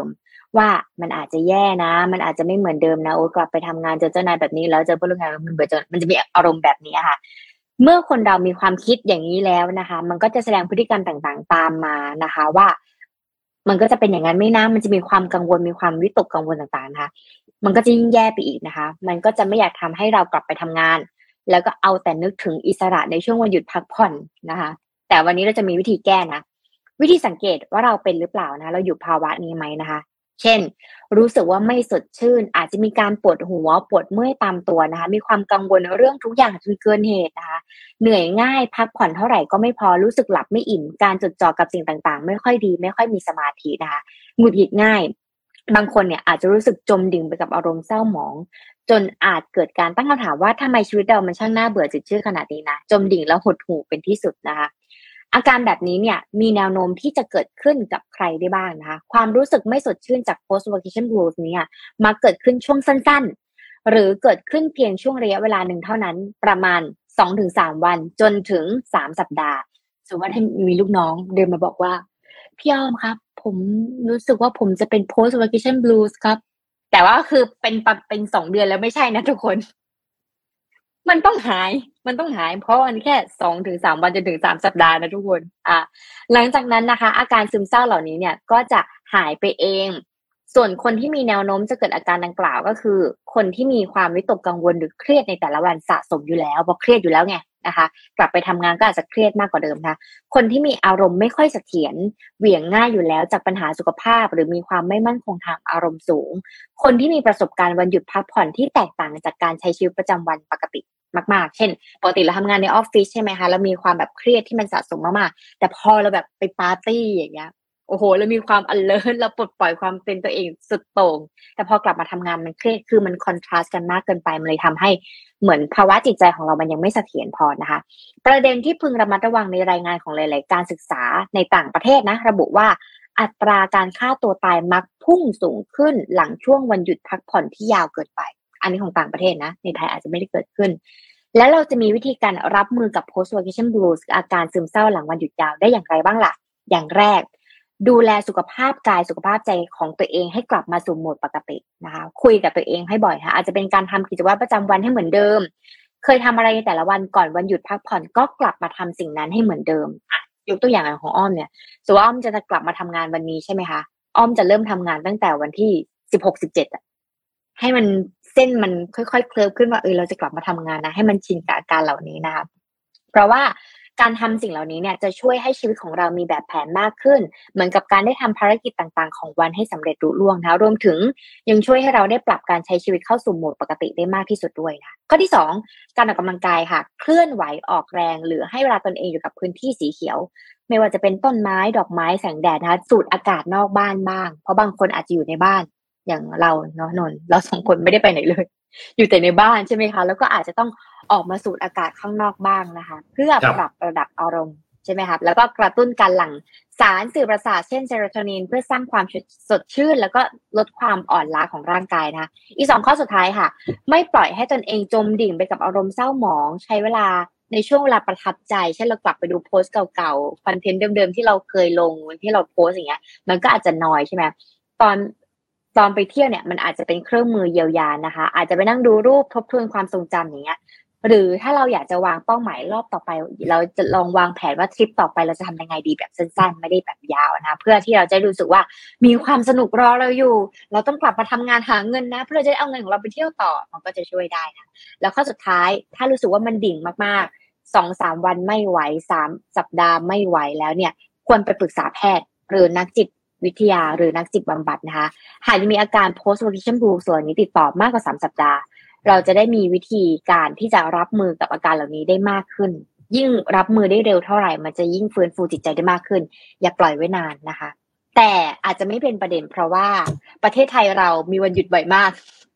[SPEAKER 4] ว่ามันอาจจะแย่นะมันอาจจะไม่เหมือนเดิมนะโอ้กลับไปทำงานเจอเจ้านายแบบนี้แล้วเจอเพื่อนร่วมงานมันเบื่อจนมันจะมีอารมณ์แบบนี้ค่ะเมื่อคนเรามีความคิดอย่างนี้แล้วนะคะมันก็จะแสดงพฤติกรรมต่างๆตามมานะคะว่ามันก็จะเป็นอย่างนั้นไม่นะมันจะมีความกังวลมีความวิตกกังวลต่างๆนะคะมันก็จะยิ่งแย่ไปอีกนะคะมันก็จะไม่อยากทำให้เรากลับไปทำงานแล้วก็เอาแต่นึกถึงอิสระในช่วงวันหยุดพักผ่อนนะคะแต่วันนี้เราจะมีวิธีแก้นะวิธีสังเกตว่าเราเป็นหรือเปล่านะเราอยู่ภาวะนี้ไหมนะคะเช่นรู้สึกว่าไม่สดชื่นอาจจะมีการปวดหัวปวดเมื่อยตามตัวนะคะมีความกังวลเรื่องทุกอย่างจนเกินเหตุนะคะเหนื่อยง่ายพักผ่อนเท่าไหร่ก็ไม่พอรู้สึกหลับไม่อิ่มการจดจ่อกับสิ่งต่างๆไม่ค่อยดีไม่ค่อยมีสมาธินะคะหงุดหงิดง่ายบางคนเนี่ยอาจจะรู้สึกจมดิ่งไปกับอารมณ์เศร้าหมองจนอาจเกิดการตั้งคำถามว่าทำไมชีวิตเรามันช่างน่าเบื่อจืดชืดขนาดนี้นะจมดิ่งแล้วหดหู่เป็นที่สุดนะคะอาการแบบนี้เนี่ยมีแนวโน้มที่จะเกิดขึ้นกับใครได้บ้างนะคะความรู้สึกไม่สดชื่นจาก post vacation blues เนี่ยมาเกิดขึ้นช่วงสั้นๆหรือเกิดขึ้นเพียงช่วงระยะเวลาหนึ่งเท่านั้นประมาณ สองถึงสาม วันจนถึงสามสัปดาห์สมมติว่าถ้ามีลูกน้องเดินมาบอกว่าพี่อ้อมครับผมรู้สึกว่าผมจะเป็น post vacation blues ครับแต่ว่าคือเป็นเป็นสองเดือนแล้วไม่ใช่นะทุกคนมันต้องหายมันต้องหายเพราะมันแค่ สองถึงสาม วันจนถึงสามสัปดาห์นะทุกคนอ่ะหลังจากนั้นนะคะอาการซึมเศร้าเหล่านี้เนี่ยก็จะหายไปเองส่วนคนที่มีแนวโน้มจะเกิดอาการดังกล่าวก็คือคนที่มีความวิตกกังวลหรือเครียดในแต่ละวันสะสมอยู่แล้วเพราะเครียดอยู่แล้วไงนะคะกลับไปทำงานก็อาจจะเครียดมากกว่าเดิมนะคะคนที่มีอารมณ์ไม่ค่อยเสถียรเหวี่ยงง่ายอยู่แล้วจากปัญหาสุขภาพหรือมีความไม่มั่นคงทางอารมณ์สูงคนที่มีประสบการณ์วันหยุดพักผ่อนที่แตกต่างจากการใช้ชีวิตประจำวันปกติมากๆเช่นปกติเราทำงานในออฟฟิศใช่ไหมคะแล้วมีความแบบเครียดที่มันสะสมมากๆแต่พอเราแบบไปปาร์ตี้อย่างเงี้ยโอ้โหเรามีความ alert เราปลดปล่อยความเป็นตัวเองสุดโต่งแต่พอกลับมาทำงานมันเครียดคือมันคอนทราสต์กันมากเกินไปมันเลยทำให้เหมือนภาวะจิตใจของเรามันยังไม่เสถียรพอนะคะประเด็นที่พึงระมัดระวังในรายงานของหลายๆการศึกษาในต่างประเทศนะระบุว่าอัตราการฆ่าตัวตายมักพุ่งสูงขึ้นหลังช่วงวันหยุดพักผ่อนที่ยาวเกินไปอันนี้ของต่างประเทศนะในไทยอาจจะไม่ได้เกิดขึ้นแล้วเราจะมีวิธีการรับมือกับ post vacation blues อาการซึมเศร้าหลังวันหยุดยาวได้อย่างไรบ้างล่ะอย่างแรกดูแลสุขภาพกายสุขภาพใจของตัวเองให้กลับมาสู่โหมดปกตินะคะคุยกับตัวเองให้บ่อยค่ะอาจจะเป็นการทำกิจวัตรประจำวันให้เหมือนเดิมเคยทำอะไรในแต่ละวันก่อนวันหยุดพักผ่อนก็กลับมาทำสิ่งนั้นให้เหมือนเดิมอ่ะยกตัวอย่างของอ้อมเนี่ยสมมุติว่าอ้อมจะกลับมาทำงานวันนี้ใช่ไหมคะอ้อมจะเริ่มทำงานตั้งแต่วันที่สิบหก สิบเจ็ดอ่ะให้มันเส้นมันค่อยๆเคลิบขึ้นว่าเออเราจะกลับมาทำงานนะให้มันชินกับอาการเหล่านี้นะคะเพราะว่าการทำสิ่งเหล่านี้เนี่ยจะช่วยให้ชีวิตของเรามีแบบแผนมากขึ้นเหมือนกับการได้ทำภารกิจต่างๆของวันให้สำเร็จรุ่งเรืองนะรวมถึงยังช่วยให้เราได้ปรับการใช้ชีวิตเข้าสู่โหมดปกติได้มากที่สุดด้วยนะข้อที่สองการออกกำลังกายค่ะเคลื่อนไหวออกแรงหรือให้เวลาตนเองอยู่กับพื้นที่สีเขียวไม่ว่าจะเป็นต้นไม้ดอกไม้แสงแดดนะคะสูดอากาศนอกบ้านบ้างเพราะบางคนอาจจะอยู่ในบ้านอย่างเราเนาะนนเราสองคนไม่ได้ไปไหนเลยอยู่แต่ในบ้านใช่ไหมคะแล้วก็อาจจะต้องออกมาสูดอากาศข้างนอกบ้างนะคะเพื่อปรับระดับอารมณ์ใช่ไหมครับแล้วก็กระตุ้นการหลั่งสารสื่อประสาทเช่นเซโรโทนินเพื่อสร้างความสดชื่นแล้วก็ลดความอ่อนล้าของร่างกายนะคะอีกสองข้อสุดท้ายค่ะไม่ปล่อยให้ตนเองจมดิ่งไปกับอารมณ์เศร้าหมองใช้เวลาในช่วงเวลาประทับใจเช่นเรากลับไปดูโพสต์เก่าๆคอนเทนต์เดิมๆที่เราเคยลงที่เราโพสต์อย่างเงี้ยมันก็อาจจะนอยใช่ไหมตอนตอนไปเที่ยวเนี่ยมันอาจจะเป็นเครื่องมือเยียวยานะคะอาจจะไปนั่งดูรูปทบทวนความทรงจำอย่างเงี้ยหรือถ้าเราอยากจะวางเป้าหมายรอบต่อไปเราจะลองวางแผนว่าทริปต่อไปเราจะทำยังไงดีแบบสั้นๆไม่ได้แบบยาวนะเพื่อที่เราจะรู้สึกว่ามีความสนุกรอเราอยู่เราต้องกลับมาทำงานหาเงินนะเพื่อจะเอาเงินของเราไปเที่ยวต่อมันก็จะช่วยได้นะแล้วข้อสุดท้ายถ้ารู้สึกว่ามันดิ่งมากๆ สองถึงสาม วันไม่ไหวสามสัปดาห์ไม่ไหวแล้วเนี่ยควรไปปรึกษาแพทย์หรือนักจิตวิทยาหรือนักจิตบำบัดนะคะหากมีอาการ post vacation blues ส่วนนี้ติดต่อมากกว่าสามสัปดาห์เราจะได้มีวิธีการที่จะรับมือกับอาการเหล่านี้ได้มากขึ้นยิ่งรับมือได้เร็วเท่าไหร่มันจะยิ่งฟื้นฟูจิตใจได้มากขึ้นอย่าปล่อยไว้นานนะคะแต่อาจจะไม่เป็นประเด็นเพราะว่าประเทศไทยเรามีวันหยุดบ่อยมาก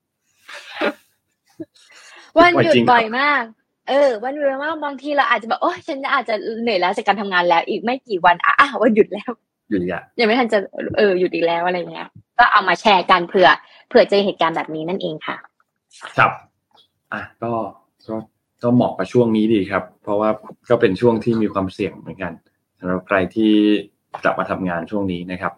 [SPEAKER 4] วันหยุดบ่อยมากเออวันหยุดมากบางทีเราอาจจะแบบโอ๊ยฉันอาจจะเหนื่อยแล้วจากการทำงานแล้วอีกไม่กี่วันอ่ะวันหยุดแล้ว
[SPEAKER 3] หยุดอ่ะ
[SPEAKER 4] ยังไม่ทันจะเออหยุดอีกแล้วอะไรเงี้ยก็เอามาแชร์กันเผื่อเผื่อเจอเหตุการณ์แบบนี้นั่นเองค่ะ
[SPEAKER 3] ครับอ่ะก็ก็ก็เหมาะกับช่วงนี้ดีครับเพราะว่าก็เป็นช่วงที่มีความเสี่ยงเหมือนกันสำหรับใครที่กลับมาทำงานช่วงนี้นะครับ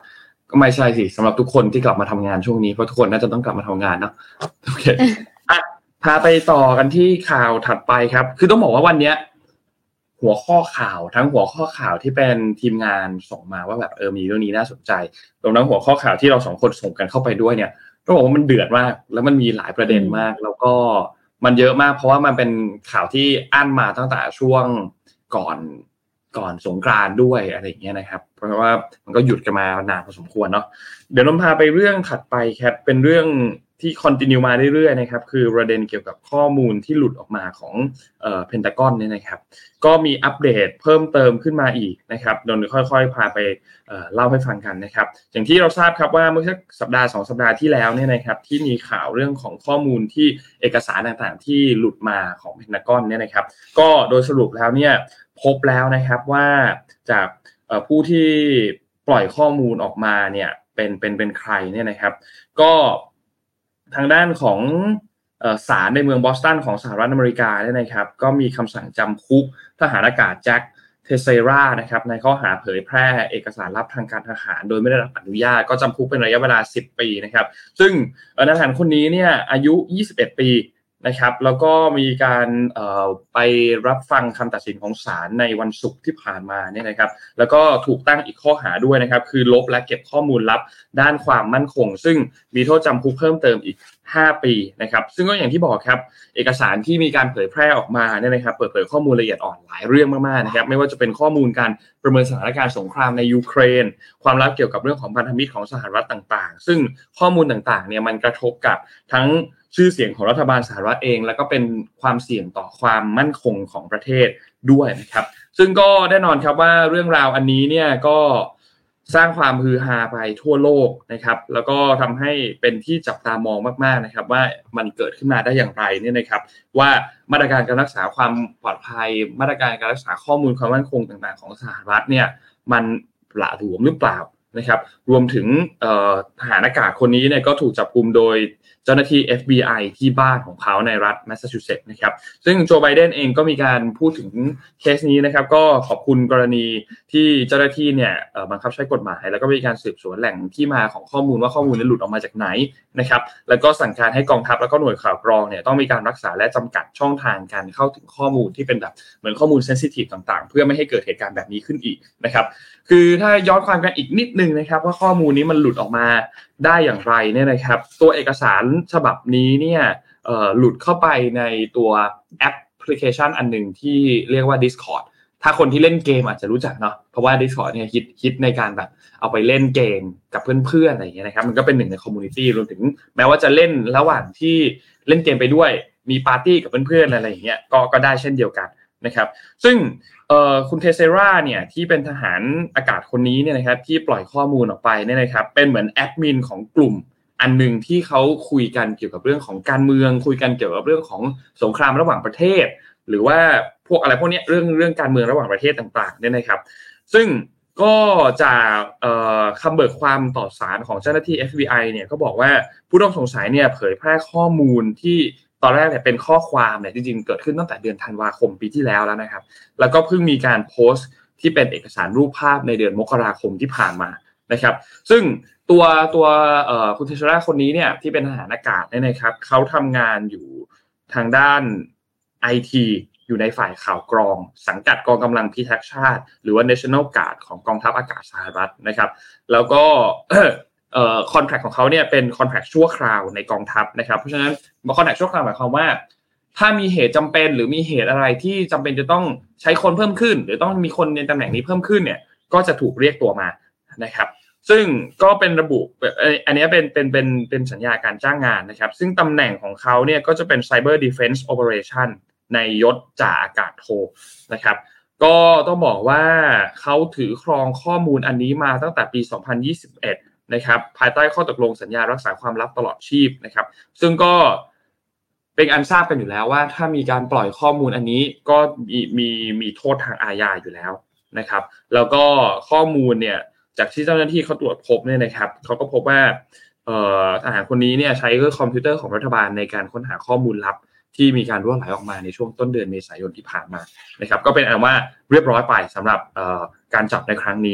[SPEAKER 3] ก็ไม่ใช่สิสำหรับทุกคนที่กลับมาทำงานช่วงนี้เพราะทุกคนน่าจะต้องกลับมาทำงานเนาะโอเคอ่ะพาไปต่อกันที่ข่าวถัดไปครับคือต้องบอกว่าวันนี้หัวข้อข่าวทั้งหัวข้อข่าวที่เป็นทีมงานส่งมาว่าแบบเออมีเรื่องนี้น่าสนใจรวมทั้งหัวข้อข่าวที่เราสองคนส่งกันเข้าไปด้วยเนี่ยต้องบอกว่ามันเดือดมากแล้วมันมีหลายประเด็นมากแล้วก็มันเยอะมากเพราะว่ามันเป็นข่าวที่อั้นมาตั้งแต่ช่วงก่อนก่อนสงกรานต์ด้วยอะไรอย่างเงี้ยนะครับเพราะว่ามันก็หยุดกันมานานพอสมควรเนาะเดี๋ยวเราพาไปเรื่องถัดไปครับเป็นเรื่องที่คอนติเนียมาเรื่อยๆนะครับคือประเด็นเกี่ยวกับข้อมูลที่หลุดออกมาของเอ่อเพนทากอนเนี่ยนะครับก็มีอัปเดตเพิ่มเติมขึ้นมาอีกนะครับเดี๋ยวค่อยๆพาไปเอ่อเล่าให้ฟังกันนะครับอย่างที่เราทราบครับว่าเมื่อสักสัปดาห์สองสัปดาห์ที่แล้วเนี่ยนะครับที่มีข่าวเรื่องของข้อมูลที่เอกสารต่างๆที่หลุดมาของเพนทากอนเนี่ยนะครับก็โดยสรุปแล้วเนี่ยพบแล้วนะครับว่าจากเอ่อผู้ที่ปล่อยข้อมูลออกมาเนี่ยเป็นเป็นเป็นใครเนี่ยนะครับก็ทางด้านของเอ่อศาลในเมืองบอสตันของสหรัฐอเมริกาเนี่ยนะครับก็มีคำสั่งจำคุกทหารอากาศแจ็คเทเซรานะครับในข้อหาเผยแพร่เอกสารลับทางการทหารโดยไม่ได้รับอนุญาตก็จำคุกเป็นระยะเวลาสิบปีนะครับซึ่งนายทหารคนนี้เนี่ยอายุยี่สิบเอ็ดปีนะครับแล้วก็มีการเอ่อไปรับฟังคำตัดสินของศาลในวันศุกร์ที่ผ่านมาเนี่ยนะครับแล้วก็ถูกตั้งอีกข้อหาด้วยนะครับคือลบและเก็บข้อมูลลับด้านความมั่นคงซึ่งมีโทษจำคุกเพิ่มเติมอีกห้าปีนะครับซึ่งก็อย่างที่บอกครับเอกสารที่มีการเผยแพร่ออกมาเนี่ยนะครับเปิดเผยข้อมูลละเอียดอ่อนหลายเรื่องมากๆนะครับไม่ว่าจะเป็นข้อมูลการประเมินสถานการณ์สงครามในยูเครนความลับเกี่ยวกับเรื่องของพันธมิตรของสหรัฐต่างๆซึ่งข้อมูลต่างๆเนี่ยมันกระทบกับทั้งชื่อเสียงของรัฐบาลสหรัฐเองแล้วก็เป็นความเสี่ยงต่อความมั่นคงของประเทศด้วยนะครับซึ่งก็แน่นอนครับว่าเรื่องราวอันนี้เนี่ยก็สร้างความฮือฮาไปทั่วโลกนะครับแล้วก็ทำให้เป็นที่จับตามองมากๆนะครับว่ามันเกิดขึ้นมาได้อย่างไรเนี่ยนะครับว่ามาตรการการรักษาความปลอดภัยมาตรการการรักษาข้อมูลความมั่นคงต่างๆของสหรัฐเนี่ยมันหละหลวมหรือเปล่านะครับรวมถึงทหารอากาศคนนี้เนี่ยก็ถูกจับกุมโดยเจ้าหน้าที่ เอฟ บี ไอ ที่บ้านของเขาในรัฐแมสซาชูเซตส์นะครับซึ่งโจไบเดนเองก็มีการพูดถึงเคสนี้นะครับก็ขอบคุณกรณีที่เจ้าหน้าที่เนี่ยบังคับใช้กฎหมายแล้วก็มีการสืบสวนแหล่งที่มาของข้อมูลว่าข้อมูลนั้นหลุดออกมาจากไหนนะครับแล้วก็สั่งการให้กองทัพแล้วก็หน่วยข่าวกรองเนี่ยต้องมีการรักษาและจำกัดช่องทางการเข้าถึงข้อมูลที่เป็นแบบเหมือนข้อมูลเซนซิทีฟต่างๆเพื่อไม่ให้เกิดเหตุการณ์แบบนี้ขึ้นอีกนะครับคือถ้าย้อนความกันอีกนิดนึงนะครับว่าข้อมูลนี้มันหลุดออกมาได้อย่างไรเนี่ยนะครับตัวเอกสารฉบับนี้เนี่ยเอ่อหลุดเข้าไปในตัวแอปพลิเคชันอันนึงที่เรียกว่า Discord ถ้าคนที่เล่นเกมอาจจะรู้จักเนาะเพราะว่า Discord เนี่ยฮิตฮิตในการแบบเอาไปเล่นเกมกับเพื่อนๆอะไรอย่างเงี้ยนะครับมันก็เป็นหนึ่งในคอมมูนิตี้รวมถึงแม้ว่าจะเล่นระหว่างที่เล่นเกมไปด้วยมีปาร์ตี้กับเพื่อนๆอะไรอย่างเงี้ยก็ก็ได้เช่นเดียวกันนะครับซึ่งเอ่อคุณเทเซราเนี่ยที่เป็นทหารอากาศคนนี้เนี่ยนะครับที่ปล่อยข้อมูลออกไปเนี่ยนะครับเป็นเหมือนแอดมินของกลุ่มอันนึงที่เขาคุยกันเกี่ยวกับเรื่องของการเมืองคุยกันเกี่ยวกับเรื่องของสงครามระหว่างประเทศหรือว่าพวกอะไรพวกนี้เรื่องเรื่องการเมืองระหว่างประเทศต่างๆเนี่ยนะครับซึ่งก็จากเอ่อคำเบิกความต่อศาลของเจ้าหน้าที่ เอฟ บี ไอ เนี่ยก็บอกว่าผู้ต้องสงสัยเนี่ยเผยแพร่ข้อมูลที่ตอนแรกเนี่ยเป็นข้อความเนี่ยจริงๆเกิดขึ้นตั้งแต่เดือนธันวาคมปีที่แล้วแล้วนะครับแล้วก็เพิ่งมีการโพสต์ที่เป็นเอกสารรูปภาพในเดือนมกราคมที่ผ่านมานะครับซึ่งตัวตัวเอ่อคุณเทเซราคนนี้เนี่ยที่เป็นทหารอากาศเนี่ยนะครับเขาทำงานอยู่ทางด้าน ไอ ที อยู่ในฝ่ายข่าวกรองสังกัดกองกำลังพิทักษ์ชาติหรือว่า National Guard ของกองทัพอากาศสหรัฐนะครับแล้วก็เอ่อคอนแทรคของเขาเนี่ยเป็นคอนแทรคชั่วคราวในกองทัพนะครับเพราะฉะนั้นคอนแทรคชั่วคราวหมายความว่าถ้ามีเหตุจำเป็นหรือมีเหตุอะไรที่จำเป็นจะต้องใช้คนเพิ่มขึ้นหรือต้องมีคนในตำแหน่งนี้เพิ่มขึ้นเนี่ยก็จะถูกเรียกตัวมานะครับซึ่งก็เป็นระบุอันนี้เป็นเป็นเป็นเป็นสัญญาการจ้างงานนะครับซึ่งตำแหน่งของเขาเนี่ยก็จะเป็น Cyber Defense Operation ในยศจ่าอากาศโทนะครับก็ต้องบอกว่าเขาถือครองข้อมูลอันนี้มาตั้งแต่ปีสองพันยี่สิบเอ็ดนะครับภายใต้ข้อตกลงสัญญารักษาความลับตลอดชีพนะครับซึ่งก็เป็นอันทราบกันอยู่แล้วว่าถ้ามีการปล่อยข้อมูลอันนี้ก็มีมีมีโทษทางอาญาอยู่แล้วนะครับแล้วก็ข้อมูลเนี่ยจากที่เจ้าหน้าที่เขาตรวจพบเนี่ยนะครับเขาก็พบว่าเอ่อทหารคนนี้เนี่ยใช้เครื่องคอมพิวเตอร์ของรัฐบาลในการค้นหาข้อมูลลับที่มีการรั่วไหลออกมาในช่วงต้นเดือนเมษายนที่ผ่านมานะครับก็เป็นอันว่าเรียบร้อยไปสำหรับเอ่อการจับในครั้งนี้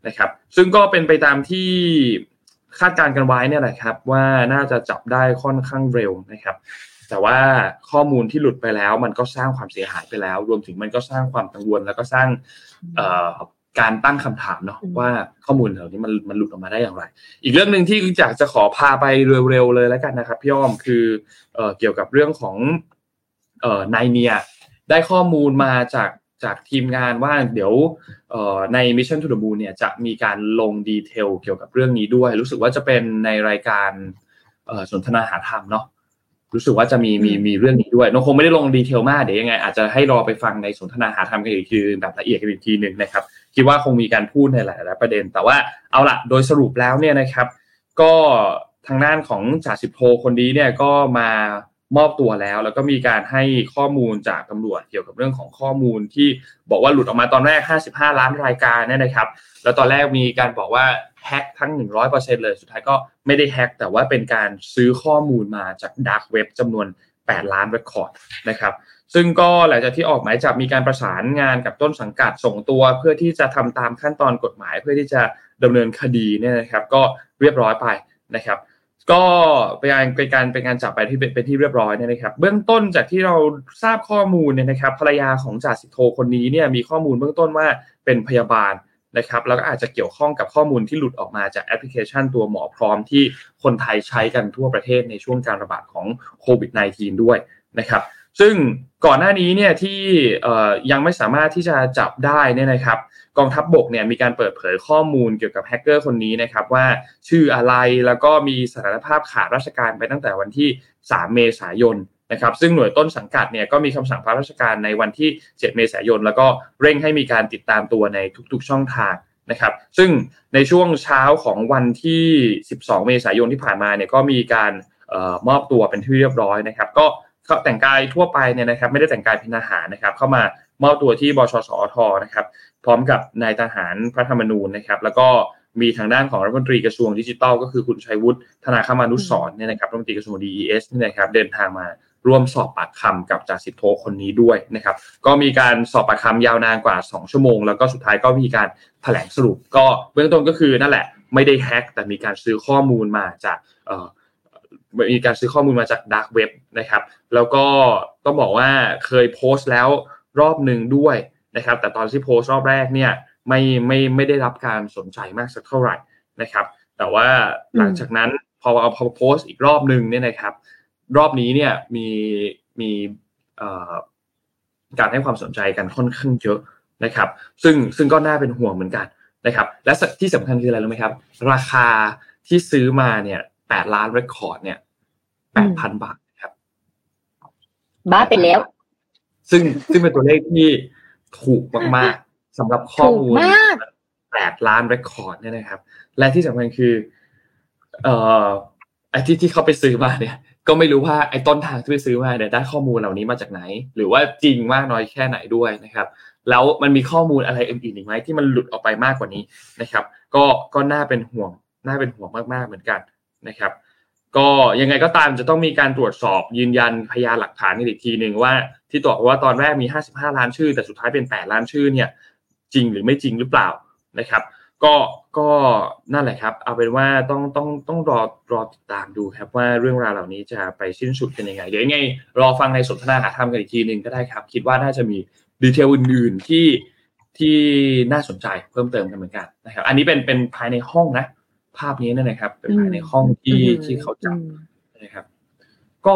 [SPEAKER 3] นะครับซึ่งก็เป็นไปตามที่คาดการณ์กันไว้เนี่ยแหละครับว่าน่าจะจับได้ค่อนข้างเร็วนะครับแต่ว่าข้อมูลที่หลุดไปแล้วมันก็สร้างความเสียหายไปแล้วรวมถึงมันก็สร้างความกังวลแล้วก็สร้างเอ่อการตั้งคำถามเนาะว่าข้อมูลเหล่านี้มันมันหลุดออกมาได้อย่างไรอีกเรื่องนึงที่อยากจะขอพาไปเร็วๆเลยแล้วกันนะครับพี่อ้อมคือเอ่อเกี่ยวกับเรื่องของเอ่อนายเนียได้ข้อมูลมาจากจากทีมงานว่าเดี๋ยวเอ่อใน Mission to the Moon เนี่ยจะมีการลงดีเทลเกี่ยวกับเรื่องนี้ด้วยรู้สึกว่าจะเป็นในรายการเอ่อสนทนาหาธรรมเนาะรู้สึกว่าจะมีมีมีเรื่องนี้ด้วยน้องคงไม่ได้ลงดีเทลมากเดี๋ยวยังไงอาจจะให้รอไปฟังในสนทนาหาธรรมกันอีกทีแบบละเอียดกันอีกทีนึงนะครับคิดว่าคงมีการพูดในหลายๆประเด็นแต่ว่าเอาล่ะโดยสรุปแล้วเนี่ยนะครับก็ทางด้านของจ่าสิบโทคนนี้เนี่ยก็มามอบตัวแล้วแล้วก็มีการให้ข้อมูลจากตำรวจเกี่ยวกับเรื่องของข้อมูลที่บอกว่าหลุดออกมาตอนแรกห้าสิบห้าล้านรายการเนี่ยนะครับแล้วตอนแรกมีการบอกว่าแฮ็กทั้ง หนึ่งร้อยเปอร์เซ็นต์ เลยสุดท้ายก็ไม่ได้แฮ็กแต่ว่าเป็นการซื้อข้อมูลมาจากดาร์กเว็บจำนวนแปดล้านเรคคอร์ดนะครับซึ่งก็หลังจากที่ออกหมายจับมีการประสานงานกับต้นสังกัดส่งตัวเพื่อที่จะทำตามขั้นตอนกฎหมายเพื่อที่จะดำเนินคดีเนี่ยนะครับก็เรียบร้อยไปนะครับก็เป็นการเป็นการเป็นการจับไปที่เป็นที่เรียบร้อยเนี่ยนะครับเบื้องต้นจากที่เราทราบข้อมูลเนี่ยนะครับภรรยาของจ่าสิบโทคนนี้เนี่ยมีข้อมูลเบื้องต้นว่าเป็นพยาบาลนะครับแล้วก็อาจจะเกี่ยวข้องกับข้อมูลที่หลุดออกมาจากแอปพลิเคชันตัวหมอพร้อมที่คนไทยใช้กันทั่วประเทศในช่วงการระบาดของโควิด สิบเก้า ด้วยนะครับซึ่งก่อนหน้านี้เนี่ยที่เอ่อยังไม่สามารถที่จะจับได้เนี่ยนะครับกองทัพบกเนี่ยมีการเปิดเผยข้อมูลเกี่ยวกับแฮกเกอร์คนนี้นะครับว่าชื่ออะไรแล้วก็มีสถานภาพขาดราชการไปตั้งแต่วันที่สามเมษายนนะครับซึ่งหน่วยต้นสังกัดเนี่ยก็มีคำสั่งพักราชการในวันที่เจ็ดเมษายนแล้วก็เร่งให้มีการติดตามตัวในทุกๆช่องทางนะครับซึ่งในช่วงเช้าของวันที่สิบสองเมษายนที่ผ่านมาเนี่ยก็มีการเอ่อมอบตัวเป็นที่เรียบร้อยนะครับก็เขาแต่งกายทั่วไปเนี่ยนะครับไม่ได้แต่งกายเป็นทหารนะครับเข้ามามอบตัวที่บชสอทนะครับพร้อมกับนายทหารพระธรรมนูญนะครับแล้วก็มีทางด้านของรัฐมนตรีกระทรวงดิจิทัลก็คือคุณชัยวุฒิธนาคมานุสรณ์เนี่ยนะครับรัฐมนตรีกระทรวง ดี อี เอส นี่นะครับเดินทางมาร่วมสอบปากคำกับจ่าสิบโทคนนี้ด้วยนะครับก็มีการสอบปากคำยาวนานกว่าสองชั่วโมงแล้วก็สุดท้ายก็มีการแถลงสรุปก็เบื้องต้นก็คือนั่นแหละไม่ได้แฮกแต่มีการซื้อข้อมูลมาจากเอ่อมีการซื้อข้อมูลมาจากดาร์กเว็บนะครับแล้วก็ต้องบอกว่าเคยโพสต์แล้วรอบนึงด้วยนะครับแต่ตอนที่โพสต์รอบแรกเนี่ยไม่ไม่ไม่ได้รับการสนใจมากสักเท่าไหร่นะครับแต่ว่าหลังจากนั้นพอเอาพอโพสต์อีกรอบนึงเนี่ยนะครับรอบนี้เนี่ยมีมีเอ่อการให้ความสนใจกันค่อนข้างเยอะนะครับซึ่งซึ่งก็น่าเป็นห่วงเหมือนกันนะครับและที่สำคัญคืออะไรรู้ไหมครับราคาที่ซื้อมาเนี่ยแปดล้านเรคคอร์ดเนี่ย แปดพัน บาทครับ
[SPEAKER 4] บ้าไปแล้ว
[SPEAKER 3] ซึ่งซึ่งเป็นตัวเลขที่ถูกมากๆสำหรับข้อมูลแปดล้านเรคคอร์ดเนี่ยนะครับและที่สำคัญคือเอ่อไอ้ที่ที่เขาไปซื้อมาเนี่ยก็ไม่รู้ว่าไอ้ต้นทางที่ไปซื้อมาเนี่ยได้ข้อมูลเหล่านี้มาจากไหนหรือว่าจริงมากน้อยแค่ไหนด้วยนะครับแล้วมันมีข้อมูลอะไรอื่นๆอีกไหมที่มันหลุดออกไปมากกว่านี้นะครับก็ก็น่าเป็นห่วงน่าเป็นห่วงมากๆเหมือนกันนะครับก็ยังไงก็ตามจะต้องมีการตรวจสอบยืนยันพยานหลักฐานอีกทีนึงว่าที่บอกว่าตอนแรกมีห้าสิบห้าล้านชื่อแต่สุดท้ายเป็นแปดล้านชื่อเนี่ยจริงหรือไม่จริงหรือเปล่านะครับก็ก็นั่นแหละครับเอาเป็นว่าต้องต้องต้องรอรอติดตามดูครับว่าเรื่องราวเหล่านี้จะไปสิ้นสุดเป็นยังไงเดี๋ยวยังไงรอฟังในสนทนาหาธรรมกันอีกทีนึงก็ได้ครับคิดว่าน่าจะมีดีเทลอื่นๆที่ที่น่าสนใจเพิ่มเติมกันเหมือนกันนะครับอันนี้เป็นเป็นภายในห้องนะภาพนี้นั่นนะครับเป็นภายในห้องที่ที่เขาจับนะครับก็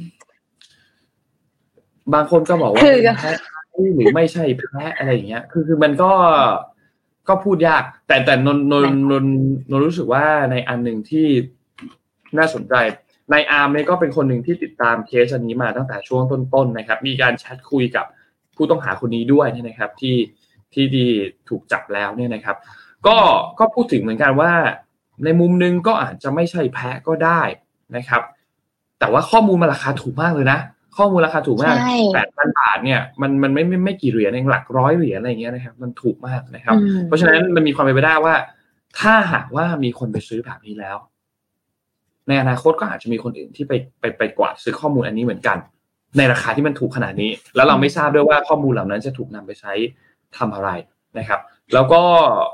[SPEAKER 3] บางคนก็บอกว่าแพ้หรือไม่ใช่แพ้อะไรอย่างเงี้ยคือคือมันก็ก็พูดยากแต่แต่นนนนนนรู้สึกว่าในอันหนึ่งที่น่าสนใจนายอาร์มเนี่ยก็เป็นคนหนึ่งที่ติดตามเคสอันนี้มาตั้งแต่ช่วงต้นๆนะครับมีการแชทคุยกับผู้ต้องหาคนนี้ด้วยนะครับที่ที่ที่ถูกจับแล้วเนี่ยนะครับก็ก็พูดถึงเหมือนกันว่าในมุมนึงก็อาจจะไม่ใช่แพ้ก็ได้นะครับแต่ว่าข้อมูลมันราคาถูกมากเลยนะข้อมูลราคาถูกมาก แปดพัน บาทเนี่ยมันมันไม่ไม่ไม่กี่เหรียญเองหลักร้อยเหรียญอะไรอย่างเงี้ยนะครับมันถูกมากนะครับเพราะฉะนั้นมันมีความเป็นไปได้ว่าถ้าหากว่ามีคนไปซื้อแบบนี้แล้วในอนาคตก็อาจจะมีคนอื่นที่ไปไปไปกวาดซื้อข้อมูลอันนี้เหมือนกันในราคาที่มันถูกขนาดนี้แล้วเราไม่ทราบด้วยว่าข้อมูลเหล่านั้นจะถูกนำไปใช้ทำอะไรนะครับแล้วก็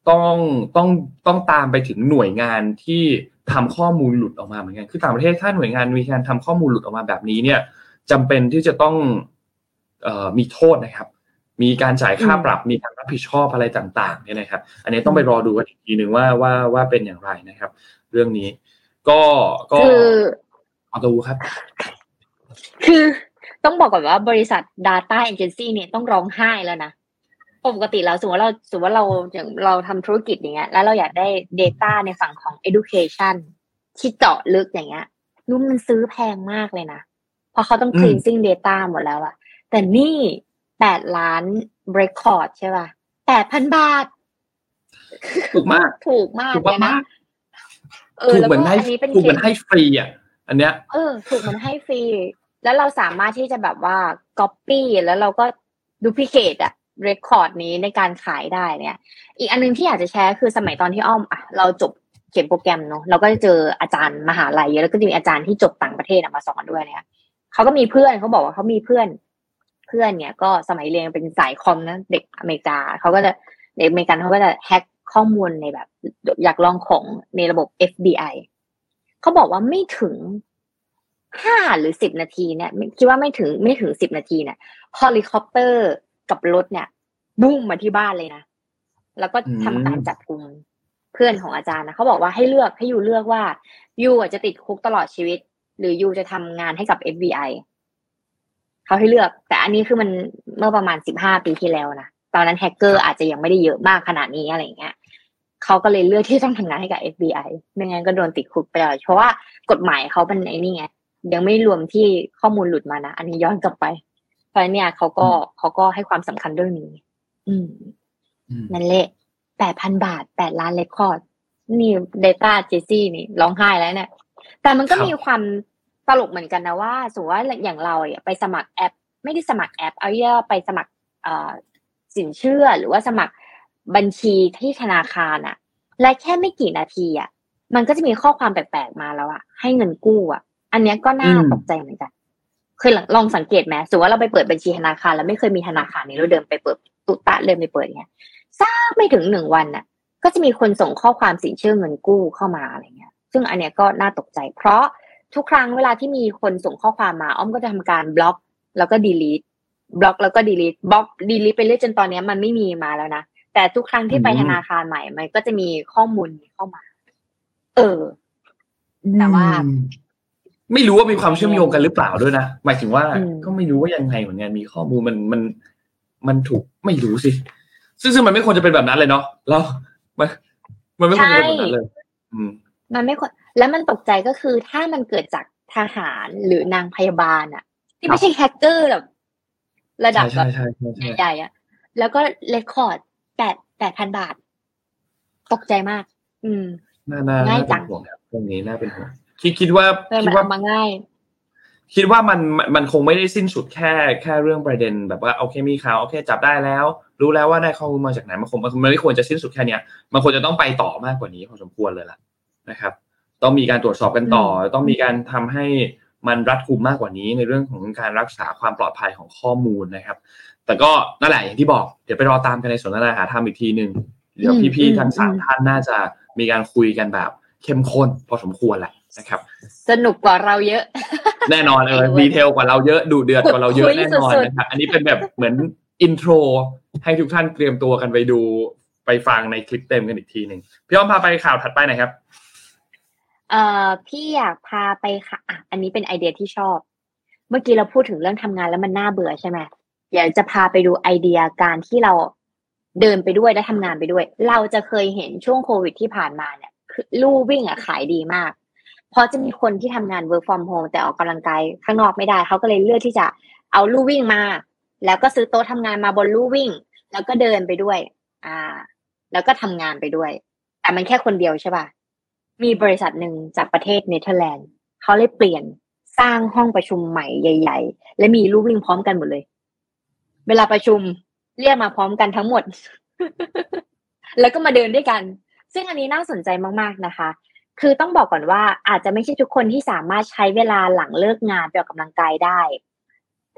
[SPEAKER 3] ต้องต้องต้องตามไปถึงหน่วยงานที่ทำข้อมูลหลุดออกมาเหมือนกันคือต่างประเทศถ้าหน่วยงานมีการทำข้อมูลหลุดออกมาแบบนี้เนี่ยจำเป็นที่จะต้องเอ่อมีโทษนะครับมีการจ่ายค่าปรับมีการรับผิดชอบอะไรต่างๆเนี่ยนะครับอันนี้ต้องไปรอดูกันอีกทีนึงว่าว่าว่าเป็นอย่างไรนะครับเรื่องนี้ก็ก็เอาดูครับ
[SPEAKER 4] คือต้องบอกก่อนว่าบริษัท Data Agency เนี่ยต้องร้องไห้แล้วนะปกติแล้วสมมติว่าเราสมมติว่าเราอย่างเราทำธุรกิจอย่างเงี้ยแล้วเราอยากได้ data ในฝั่งของ education ที่เจาะลึกอย่างเงี้ยนุ่มมันซื้อแพงมากเลยนะเพราะเขาต้อง cleansing data หมดแล้วอะแต่นี่แปดล้าน record ใช่ป่ะ แปดพัน บาท
[SPEAKER 3] ถูกมาก
[SPEAKER 4] ถูกมากเลยนะ
[SPEAKER 3] เออแล้วก็อันนี้เป็นถูกเหมือนให้ฟรีอ่ะอันเนี้ย
[SPEAKER 4] เออถูกเหมือนให้ฟรีแล้วเราสามารถที่จะแบบว่า copy แล้วเราก็ duplicate อะเรคคอร์ดนี้ในการขายได้เนี่ยอีกอันนึงที่อยากจะแชร์คือสมัยตอนที่อ้อมอ่ะเราจบเขียนโปรแกรมเนาะเราก็จะเจออาจารย์มหาลัยแล้วก็จะมีอาจารย์ที่จบต่างประเทศมาสอนด้วยเนี่ยเขาก็มีเพื่อนเขาบอกว่าเขามีเพื่อนเพื่อนเนี่ยก็สมัยเรียนเป็นสายคอมนะเด็กอเมริกาเขาก็จะเด็กอเมริกันเขาก็จะแฮ็กข้อมูลในแบบอยากลองของในระบบ เอฟ บี ไอ เขาบอกว่าไม่ถึงห้าหรือสิบนาทีเนี่ยคิดว่าไม่ถึงไม่ถึงสิบนาทีเนี่ยเฮลิคอปเตอร์กับรถเนี่ยบุ้งมาที่บ้านเลยนะแล้วก็ทำการจับกุมเพื่อนของอาจารย์นะเขาบอกว่าให้เลือกให้ยูเลือกว่ายูจะติดคุกตลอดชีวิตหรือยูจะทำงานให้กับ เอฟ บี ไอ เขาให้เลือกแต่อันนี้คือมันเมื่อประมาณสิบห้าปีที่แล้วนะตอนนั้นแฮกเกอร์อาจจะยังไม่ได้เยอะมากขนาดนี้อะไรอย่างเงี้ยเขาก็เลยเลือกที่ต้องทำงานให้กับ เอฟ บี ไอ ไม่งั้นก็โดนติดคุกไปแล้วเพราะว่ากฎหมายเขาเป็นไอ้นี่ไงยังไม่รวมที่ข้อมูลหลุดมานะอันนี้ย้อนกลับไปเพราะเนี่ยเขาก็เขาก็ให้ความสำคัญเรื่องนี้อืมนั่นแหละ แปดพัน บาทแปดล้านเรคคอร์ดนี่ Data Jesse นี่ร้องไห้แล้วเนี่ยแต่มันก็มีความตลกเหมือนกันนะว่าสมมุติว่าอย่างเราอ่ะไปสมัครแอปไม่ได้สมัครแอปเอาเยอะไปสมัครเอ่อสินเชื่อหรือว่าสมัครบัญชีที่ธนาคารอ่ะและแค่ไม่กี่นาทีอ่ะมันก็จะมีข้อความแปลกๆมาแล้วอ่ะให้เงินกู้อ่ะอันนี้ก็น่าตกใจเหมือนกันเคยลองสังเกตไหมสมมติว่าเราไปเปิดบัญชีธนาคารแล้วไม่เคยมีธนาคารนี้เราเดินไปเปิดตุตะเดินไปเปิดเงี้ยสักไม่ถึงหนึ่งวันน่ะก็จะมีคนส่งข้อความสินเชื่อเงินกู้เข้ามาอะไรเงี้ยซึ่งอันเนี้ยก็น่าตกใจเพราะทุกครั้งเวลาที่มีคนส่งข้อความมาอ้อมก็จะทำการบล็อกแล้วก็ delete บล็อกแล้วก็ delete บล็อก delete ไปเรื่อยจนตอนนี้มันไม่มีมาแล้วนะแต่ทุกครั้งที่ไปธนาคารใหม่มันก็จะมีข้อมูลเข้ามาเออแต่ว่า
[SPEAKER 3] ไม่รู้ว่ามีความเชื่อมโยงกันหรือเปล่าด้วยนะหมายถึงว่าก็ไม่รู้ว่ายังไงเหมือนกันมีข้อมูลมันมันมันถูกไม่รู้สิซึ่งซึ่งมันไม่ควรจะเป็นแบบนั้นเลยเนาะแล้วมันมันไม่ควรจะเป็นแบบนั้นเลยอืม
[SPEAKER 4] มันไม่ควรแล้วมันตกใจก็คือถ้ามันเกิดจากทหารหรือนางพยาบาลอ่ะที่ไม่ใช่แฮกเกอร์แบบระดับแบบใหญ่ๆอ่ะแล้วก็เรคคอร์ดแปดแปดพันบาทตกใจมากอืม
[SPEAKER 3] ง่ายจังตรงนี้น่าเป็นห่วงคิดคิดว่า
[SPEAKER 4] คิดว่ามาง่าย
[SPEAKER 3] คิดว่ามันมันคงไม่ได้สิ้นสุดแค่แค่เรื่องประเด็นแบบว่าโอเคมีข่าวโอเคจับได้แล้วรู้แล้วว่าได้ข้อมูลมาจากไหนมันคงมันไม่ควรจะสิ้นสุดแค่นี้มันควรจะต้องไปต่อมากกว่านี้พอสมควรเลยล่ะนะครับต้องมีการตรวจสอบกันต่อต้องมีการทำให้มันรัดกุมมากกว่านี้ในเรื่องของการรักษาความปลอดภัยของข้อมูลนะครับแต่ก็นั่นแหละอย่างที่บอกเดี๋ยวไปรอตามกันในสนทนาหาธรรมอีกทีนึงเดี๋ยวพี่ๆทั้งสามท่านน่าจะมีการคุยกันแบบเข้มข้นพอสมควรแหละนะครับ
[SPEAKER 4] สนุกกว่าเราเยอะ
[SPEAKER 3] แน่นอนเออดีเทลกว่าเราเยอะดูเดือดกว่าเราเยอะแน่นอนนะครับอันนี้เป็นแบบเหมือนอินโทรให้ทุกท่านเตรียมตัวกันไปดูไปฟังในคลิปเต็มกันอีกทีนึงพี่อ้อมพาไปข่าวถัดไปหน่อยครับ
[SPEAKER 4] เอ่อพี่อยากพาไปค่ะอ่ะอันนี้เป็นไอเดียที่ชอบเมื่อกี้เราพูดถึงเรื่องทำงานแล้วมันน่าเบื่อใช่ไหมอยากจะพาไปดูไอเดียการที่เราเดินไปด้วยและทำงานไปด้วยเราจะเคยเห็นช่วงโควิดที่ผ่านมาเนี่ยลู่วิ่งอ่ะขายดีมากเพราะจะมีคนที่ทำงาน work from home แต่ออกกำลังกายข้างนอกไม่ได้เขาก็เลยเลือกที่จะเอาลู่วิ่งมาแล้วก็ซื้อโต๊ะทำงานมาบนลู่วิ่งแล้วก็เดินไปด้วยอ่าแล้วก็ทำงานไปด้วยแต่มันแค่คนเดียวใช่ป่ะมีบริษัทหนึ่งจากประเทศเนเธอร์แลนด์เขาเลยเปลี่ยนสร้างห้องประชุมใหม่ใหญ่ๆและมีลู่วิ่งพร้อมกันหมดเลยเวลาประชุมเรียกมาพร้อมกันทั้งหมด แล้วก็มาเดินด้วยกันซึ่งอันนี้น่าสนใจมากๆนะคะคือต้องบอกก่อนว่าอาจจะไม่ใช่ทุกคนที่สามารถใช้เวลาหลังเลิกงานไปออกกำลังกายได้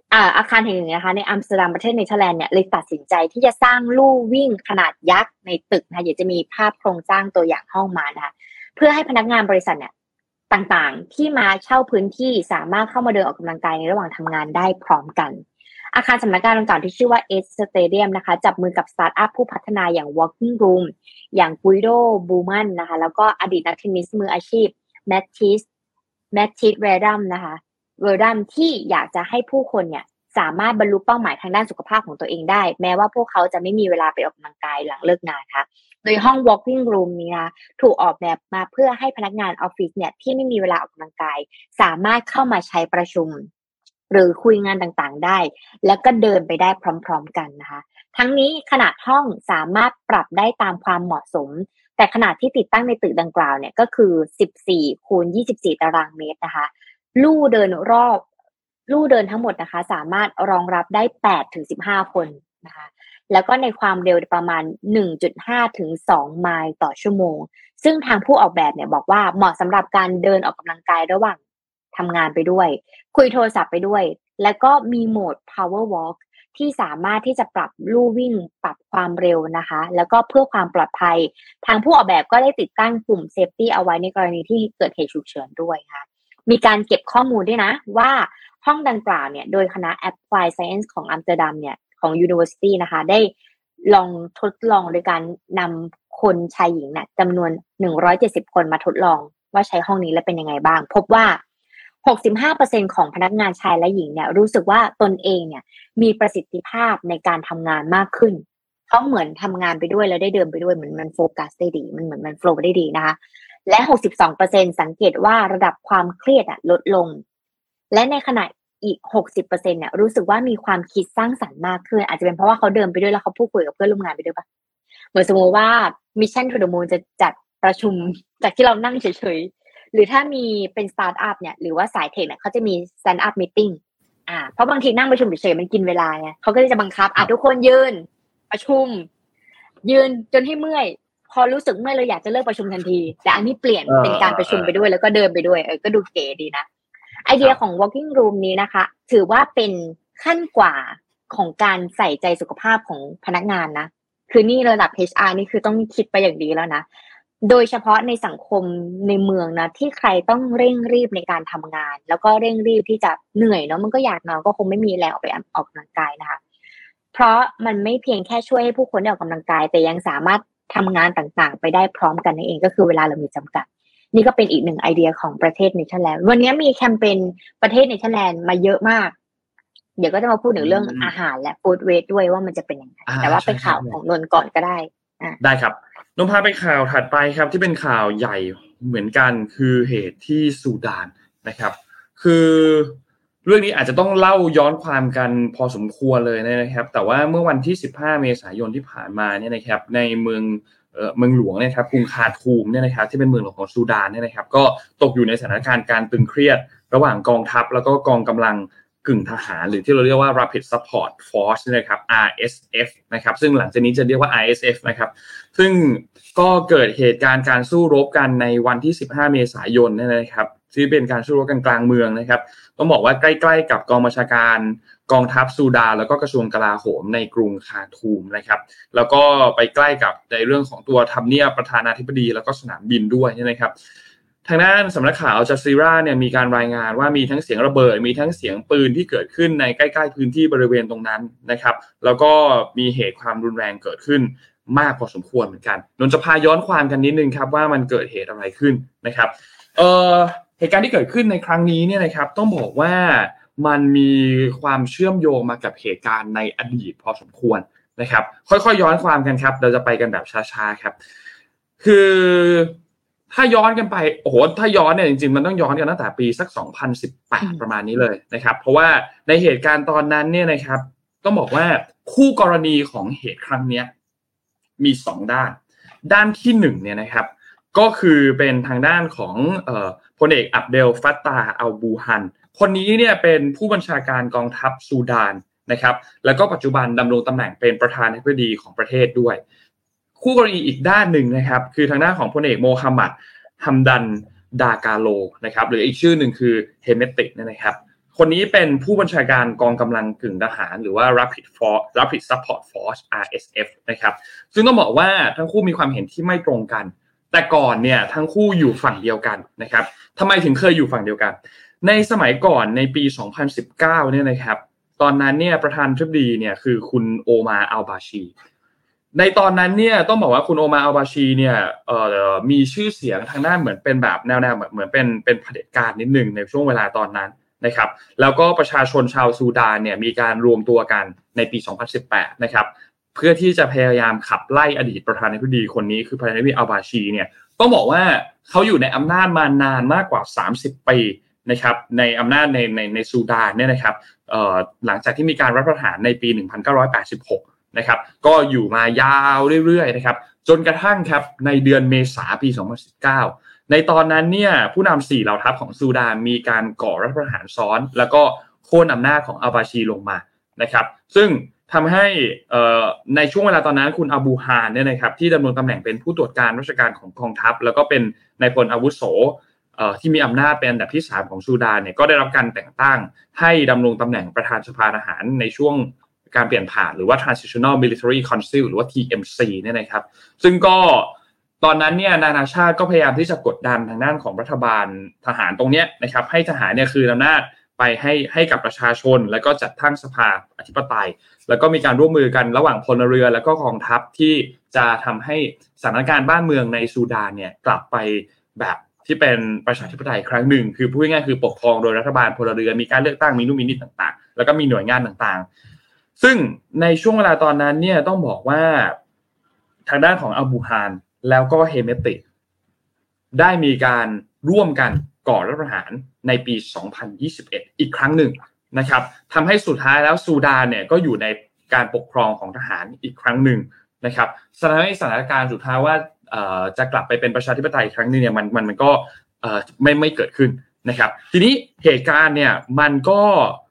[SPEAKER 4] อ่าอาคารแห่งหนึ่งนะคะในอัมสเตอร์ดัมประเทศเนเธอร์แลนด์เนี่ยเลยตัดสินใจที่จะสร้างลู่วิ่งขนาดยักษ์ในตึกนะคะเดี๋ยวจะมีภาพโครงสร้างตัวอย่างห้องมานะคะเพื่อให้พนักงานบริษัทเนี่ยต่างๆที่มาเช่าพื้นที่สามารถเข้ามาเดินออกกำลังกายในระหว่างทำงานได้พร้อมกันอาคารสำนักงานดังกล่าวที่ชื่อว่า Edge Stadium นะคะจับมือกับสตาร์ทอัพผู้พัฒนาอย่าง Walking Room อย่าง Guido Buhlmann นะคะแล้วก็อดีตนักเทนนิสมืออาชีพ Mattis Mattis Verdam นะคะเวอร์ดัมที่อยากจะให้ผู้คนเนี่ยสามารถบรรลุเป้าหมายทางด้านสุขภาพของตัวเองได้แม้ว่าพวกเขาจะไม่มีเวลาไปออกกำลังกายหลังเลิกงานค่ะโดยห้อง Walking Room นี้นะถูกออกแบบมาเพื่อให้พนักงานออฟฟิศเนี่ยที่ไม่มีเวลาออกกำลังกายสามารถเข้ามาใช้ประชุมหรือคุยงานต่างๆได้แล้วก็เดินไปได้พร้อมๆกันนะคะทั้งนี้ขนาดห้องสามารถปรับได้ตามความเหมาะสมแต่ขนาดที่ติดตั้งในตึกดังกล่าวเนี่ยก็คือสิบสี่คูณยี่สิบสี่ตารางเมตรนะคะลู่เดินรอบลู่เดินทั้งหมดนะคะสามารถรองรับได้แปดถึงสิบห้าคนนะคะแล้วก็ในความเร็วประมาณ หนึ่งจุดห้า ถึง สอง ไมล์ต่อชั่วโมงซึ่งทางผู้ออกแบบเนี่ยบอกว่าเหมาะสำหรับการเดินออกกำลังกายระหว่างทำงานไปด้วยคุยโทรศัพท์ไปด้วยแล้วก็มีโหมด power walk ที่สามารถที่จะปรับลู่วิ่งปรับความเร็วนะคะแล้วก็เพื่อความปลอดภัยทางผู้ออกแบบก็ได้ติดตั้งปุ่ม safety เอาไว้ในกรณีที่เกิดเหตุฉุกเฉินด้วยค่ะมีการเก็บข้อมูลด้วยนะว่าห้องดังกล่าวเนี่ยโดยคณะ Applied Science ของอัมสเตอร์ดัมเนี่ยของ University นะคะได้ลองทดลองโดยการนำคนชายหญิงเนี่ยจำนวนหนึ่งร้อยเจ็ดสิบคนมาทดลองว่าใช้ห้องนี้แล้วเป็นยังไงบ้างพบว่า หกสิบห้าเปอร์เซ็นต์ ของพนักงานชายและหญิงเนี่ยรู้สึกว่าตนเองเนี่ยมีประสิทธิภาพในการทำงานมากขึ้นเพราะเหมือนทำงานไปด้วยแล้วได้เดินไปด้วยเหมือนมันโฟกัสได้ดีมันเหมือนมันโฟลว์ได้ดีนะคะและ หกสิบสองเปอร์เซ็นต์ สังเกตว่าระดับความเครียดอ่ะลดลงและในขณะอีก หกสิบเปอร์เซ็นต์ เนี่ยรู้สึกว่ามีความคิดสร้างสรรค์มากขึ้นอาจจะเป็นเพราะว่าเขาเดินไปด้วยแล้วเขาพูดคุยกับเพื่อนร่วมงานไปด้วยป่ะเหมือนสมมติว่า Mission to the Moon จะจัดประชุมจากที่เรานั่งเฉยๆหรือถ้ามีเป็นสตาร์ทอัพเนี่ยหรือว่าสายเทคเนี่ยเขาจะมี stand up meeting อ่าเพราะบางทีนั่งประชุมเฉยๆมันกินเวลาไงเขาก็จะบังคับอ่ะทุกคนยืนประชุมยืนจนให้เมื่อยพอรู้สึกเมื่อยเลยอยากจะเลิกประชุมทันทีแต่อันนี้เปลี่ยนเป็นการประชุมไปด้วยแล้วก็เดินไปด้วยเออก็ดูเก๋ดีนะไอเดียของ walking room นี้นะคะถือว่าเป็นขั้นกว่าของการใส่ใจสุขภาพของพนักงานนะคือนี่ระดับ เอช อาร์ นี่คือต้องคิดไปอย่างดีแล้วนะโดยเฉพาะในสังคมในเมืองนะที่ใครต้องเร่งรีบในการทำงานแล้วก็เร่งรีบที่จะเหนื่อยเนาะมันก็อยากนอนก็คงไม่มีแรงออกไปออกกำลังกายนะคะเพราะมันไม่เพียงแค่ช่วยให้ผู้คนได้ออกกำลังกายแต่ยังสามารถทำงานต่างๆไปได้พร้อมกันนั่นเองก็คือเวลาเรามีจำกัดนี่ก็เป็นอีกหนึ่งไอเดียของประเทศเนเธอร์แลนด์วันนี้มีแคมเปญประเทศเนเธอร์แลนด์มาเยอะมากเดี๋ยวก็จะมาพูดถึงเรื่องอาหารและฟู้ดเวสต์ด้วยว่ามันจะเป็นยังไงแต่ว่าเป็นข่าวของนนท์ก่อนก็ได้
[SPEAKER 3] ได้ครับนนท์พาไปข่าวถัดไปครับที่เป็นข่าวใหญ่เหมือนกันคือเหตุที่ซูดานนะครับคือเรื่องนี้อาจจะต้องเล่าย้อนความกันพอสมควรเลยนะครับแต่ว่าเมื่อวันที่สิบห้าเมษายนที่ผ่านมาเนี่ยนะครับในเมืองเอ่อเมืองหลวงเนี่ยครับกรุงคาร์ทูมเนี่ยนะครับที่เป็นเมืองหลวงของซูดานเนี่ยนะครับก็ตกอยู่ในสถานการณ์การตึงเครียดระหว่างกองทัพแล้วก็กองกำลังกึ่งทหารหรือที่เราเรียกว่า Rapid Support Force นะครับ อาร์ เอส เอฟ นะครับซึ่งหลังจากนี้จะเรียกว่า อาร์ เอส เอฟ นะครับซึ่งก็เกิดเหตุการณ์การสู้รบกันในวันที่สิบห้าเมษายนนะครับที่เป็นการสู้รบกันกลางเมืองนะครับต้องบอกว่าใกล้ๆกับกองบัญชาการกองทัพซูดานแล้วก็กระทรวงกลาโหมในกรุงคาร์ทูมนะครับแล้วก็ไปใกล้กับในเรื่องของตัวทำเนียบประธานาธิบดีแล้วก็สนามบินด้วยนะครับทางด้านสำนักข่าวอัลจาซีราเนี่ยมีการรายงานว่ามีทั้งเสียงระเบิดมีทั้งเสียงปืนที่เกิดขึ้นในใกล้ๆพื้นที่บริเวณตรงนั้นนะครับแล้วก็มีเหตุความรุนแรงเกิดขึ้นมากพอสมควรเหมือนกันนนจะพาย้อนความกันนิดนึงครับว่ามันเกิดเหตุอะไรขึ้นนะครับเอ่อเหตุการณ์ที่เกิดขึ้นในครั้งนี้เนี่ยนะครับต้องบอกว่ามันมีความเชื่อมโยงมากับเหตุการณ์ในอดีตพอสมควรนะครับค่อยๆย้อนความกันครับเราจะไปกันแบบช้าๆครับคือถ้าย้อนกันไปโอ้โหถ้าย้อนเนี่ยจริงๆมันต้องย้อนกันตั้งแต่ปีสักสองพันสิบแปดประมาณนี้เลยนะครับเพราะว่าในเหตุการณ์ตอนนั้นเนี่ยนะครับต้องบอกว่าคู่กรณีของเหตุครั้งนี้มีสองด้านด้านที่หนึ่งเนี่ยนะครับก็คือเป็นทางด้านของเอ่อพลเอกอับเดลฟัตตาห์อัลบูฮันคนนี้เนี่ยเป็นผู้บัญชาการกองทัพซูดานนะครับแล้วก็ปัจจุบันดำรงตำแหน่งเป็นประธานาธิบดีของประเทศด้วยคู่กรณีอีกด้านหนึ่งนะครับคือทางด้านของพลเอกโมฮัมหมัดฮัมดันดากาโลนะครับหรืออีกชื่อหนึ่งคือเฮเมติกนะครับคนนี้เป็นผู้บัญชาการกองกำลังกึ่งทหารหรือว่า Rapid Force Rapid Support Force อาร์ เอส เอฟ นะครับซึ่งต้องบอกว่าทั้งคู่มีความเห็นที่ไม่ตรงกันแต่ก่อนเนี่ยทั้งคู่อยู่ฝั่งเดียวกันนะครับทำไมถึงเคยอยู่ฝั่งเดียวกันในสมัยก่อนในปีสองพันสิบเก้าเนี่ยนะครับตอนนั้นเนี่ยประธานาธิบดีเนี่ยคือคุณโอมาอัลบาชีในตอนนั้นเนี่ยต้องบอกว่าคุณโอมาอัลบาชีเนี่ยเอ่อมีชื่อเสียงทางด้านเหมือนเป็นแบบแนวๆเหมือนเป็นเป็นเผด็จการนิดนึงในช่วงเวลาตอนนั้นนะครับแล้วก็ประชาชนชาวซูดานเนี่ยมีการรวมตัวกันในปีสองพันสิบแปดนะครับเพื่อที่จะพยายามขับไล่อดีตประธานาธิบดีคนนี้คือประธานาธิบดีอัลบาชีเนี่ยต้องบอกว่าเขาอยู่ในอำนาจมานานมากกว่าสามสิบปีนะครับในอำนาจในในในซูดานเนี่ยนะครับเอ่อหลังจากที่มีการรัฐประหารในปีหนึ่งพันเก้าร้อยแปดสิบหกนะครับก็อยู่มายาวเรื่อยๆนะครับจนกระทั่งครับในเดือนเมษายนปีสองพันสิบเก้าในตอนนั้นเนี่ยผู้นำสี่เหล่าทัพของซูดานมีการก่อรัฐประหารซ้อนแล้วก็โค่นอำนาจของอัลบาชีลงมานะครับซึ่งทำให้ในช่วงเวลาตอนนั้นคุณอบูฮานเนี่ยนะครับที่ดำรงตำแหน่งเป็นผู้ตรวจการราชการของกองทัพแล้วก็เป็นนายพลอาวุโสที่มีอำนาจเป็นอันดับที่สามของซูดานเนี่ยก็ได้รับการแต่งตั้งให้ดำรงตำแหน่งประธานสภาทหารในช่วงการเปลี่ยนผ่านหรือว่า Transitional Military Council หรือว่า ที เอ็ม ซี เนี่ยนะครับซึ่งก็ตอนนั้นเนี่ยนานาชาติก็พยายามที่จะกดดันทางด้านของรัฐบาลทหารตรงเนี้ยนะครับให้ทหารเนี่ยคืนอำนาจไปให้ให้กับประชาชนแล้วก็จัดตั้งสภาอธิปไตยแล้วก็มีการร่วมมือกันระหว่างพลเรือนแล้วก็กองทัพที่จะทำให้สถานการณ์บ้านเมืองในซูดานเนี่ยกลับไปแบบที่เป็นประชาธิปไตยครั้งหนึ่งคือพูดง่ายๆคือปกครองโดยรัฐบาลพลเรือนมีการเลือกตั้งมีนู่นมีนี่ต่างๆแล้วก็มีหน่วยงานต่างๆซึ่งในช่วงเวลาตอนนั้นเนี่ยต้องบอกว่าทางด้านของอัลบูฮานแล้วก็เฮเมติได้มีการร่วมกันก่อรัฐประหารในปีสองพันยี่สิบเอ็ดอีกครั้งหนึ่งนะครับทำให้สุดท้ายแล้วซูดานเนี่ยก็อยู่ในการปกครองของทหารอีกครั้งหนึ่งนะครับสถานสถานการณ์สุดท้ายว่าจะกลับไปเป็นประชาธิปไตยอีกครั้งนึงเนี่ยมันมันมันก็ไม่ไม่เกิดขึ้นนะครับทีนี้เหตุการณ์เนี่ยมันก็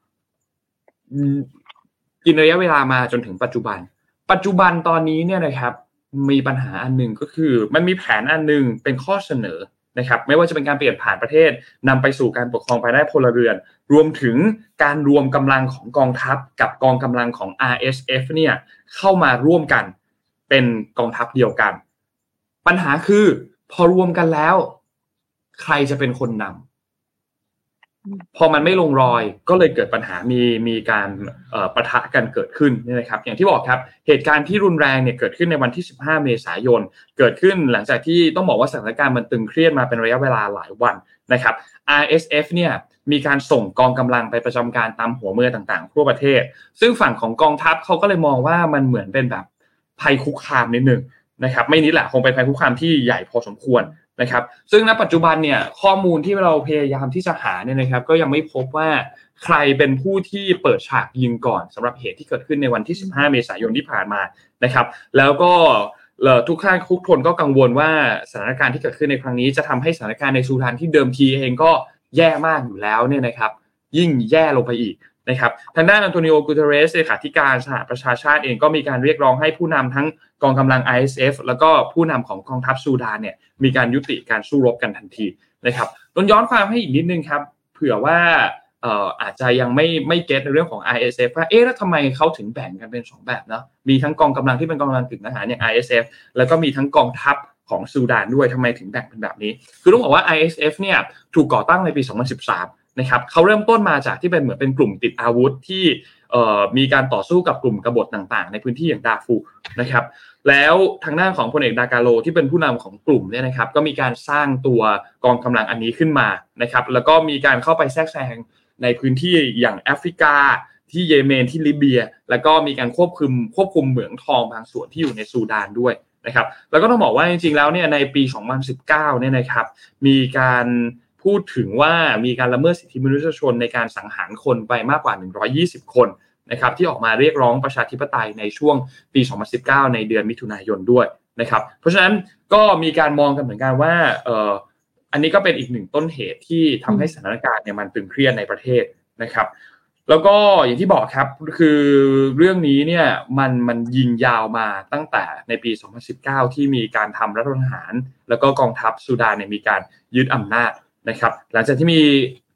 [SPEAKER 3] กินระยะเวลามาจนถึงปัจจุบันปัจจุบันตอนนี้เนี่ยนะครับมีปัญหาอันนึงก็คือมันมีแผนอันนึงเป็นข้อเสนอนะครับไม่ว่าจะเป็นการเปลี่ยนผ่านประเทศนำไปสู่การปกครองภายใต้พลเรือนรวมถึงการรวมกำลังของกองทัพกับกองกำลังของ อาร์ เอส เอฟ เนี่ยเข้ามาร่วมกันเป็นกองทัพเดียวกันปัญหาคือพอรวมกันแล้วใครจะเป็นคนนำพอมันไม่ลงรอยก็เลยเกิดปัญหามีมีการเอ่อปะทะกันเกิดขึ้นนี่นะครับอย่างที่บอกครับเหตุการณ์ที่รุนแรงเนี่ยเกิดขึ้นในวันที่สิบห้าเมษายนเกิดขึ้นหลังจากที่ต้องบอกว่าสถานการณ์มันตึงเครียดมาเป็นระยะเวลาหลายวันนะครับ อาร์ เอส เอฟ เนี่ยมีการส่งกองกำลังไปประจำการตามหัวเมืองต่างๆทั่วประเทศซึ่งฝั่งของกองทัพเขาก็เลยมองว่ามันเหมือนเป็นแบบภัยคุกคามนิดนึงนะครับไม่นิดแหละคงเป็นภัยคุกคามที่ใหญ่พอสมควรนะครับซึ่งณปัจจุบันเนี่ยข้อมูลที่เราพยายามที่จะหาเนี่ยนะครับก็ยังไม่พบว่าใครเป็นผู้ที่เปิดฉากยิงก่อนสำหรับเหตุที่เกิดขึ้นในวันที่สิบห้าเมษายนที่ผ่านมานะครับแล้วก็ทุกท่านทุกคนก็กังวลว่าสถานการณ์ที่เกิดขึ้นในครั้งนี้จะทำให้สถานการณ์ในซูดานที่เดิมทีเองก็แย่มากอยู่แล้วเนี่ยนะครับยิ่งแย่ลงไปอีกนะครับทางด้านอันโตนิโอ กูเตเรสเลขาธิการสหประชาชาติเองก็มีการเรียกร้องให้ผู้นำทั้งกองกำลัง อาร์ เอส เอฟ แล้วก็ผู้นำของกองทัพซูดานเนี่ยมีการยุติการสู้รบกันทันทีนะครับต้องย้อนความให้อีกนิดนึงครับเผื่อว่าเอ่ออาจจะยังไม่ไม่เก็ทในเรื่องของ อาร์ เอส เอฟ ว่าเอ๊ะแล้วทำไมเขาถึงแบ่งกันเป็นสองแบบเนาะมีทั้งกองกำลังที่เป็นกองกำลังกึ่งทหารอย่าง อาร์ เอส เอฟ แล้วก็มีทั้งกองทัพของซูดานด้วยทำไมถึงแบ่งเป็นแบบนี้คือต้องบอกว่า อาร์ เอส เอฟ เนี่ยถูกก่อตั้งในปีสองพันสิบสามนะครับเขาเริ่มต้นมาจากที่เป็นเหมือนเป็นกลุ่มติดอาวุธที่เอ่อมีการต่อสู้กับกลุ่มกบฏต่างๆในพื้นที่อย่างดาร์ฟูร์นะครับแล้วทางด้านของพลเอกดากาโลที่เป็นผู้นำของกลุ่มเนี่ยนะครับก็มีการสร้างตัวกองกำลังอันนี้ขึ้นมานะครับแล้วก็มีการเข้าไปแทรกแซงในพื้นที่อย่างแอฟริกาที่เยเมนที่ลิเบียแล้วก็มีการควบคุมควบคุมเหมืองทองบางส่วนที่อยู่ในซูดานด้วยนะครับแล้วก็ต้องบอกว่าจริงๆแล้วเนี่ยในปีสองพันสิบเก้าเนี่ยนะครับมีการพูดถึงว่ามีการละเมิดสิทธิมนุษยชนในการสังหารคนไปมากกว่าหนึ่งร้อยยี่สิบคนนะครับที่ออกมาเรียกร้องประชาธิปไตยในช่วงปีสองพันสิบเก้าในเดือนมิถุนายนด้วยนะครับเพราะฉะนั้นก็มีการมองกันเหมือนกันว่าเอ่ออันนี้ก็เป็นอีกหนึ่งต้นเหตุที่ทำให้สถานการณ์เนี่ยมันตึงเครียดในประเทศนะครับแล้วก็อย่างที่บอกครับคือเรื่องนี้เนี่ยมันมันยิงยาวมาตั้งแต่ในปีสองพันสิบเก้าที่มีการทำรัฐประหารแล้วก็กองทัพซูดานเนี่ยมีการยึดอำนาจนะครับหลังจากที่มี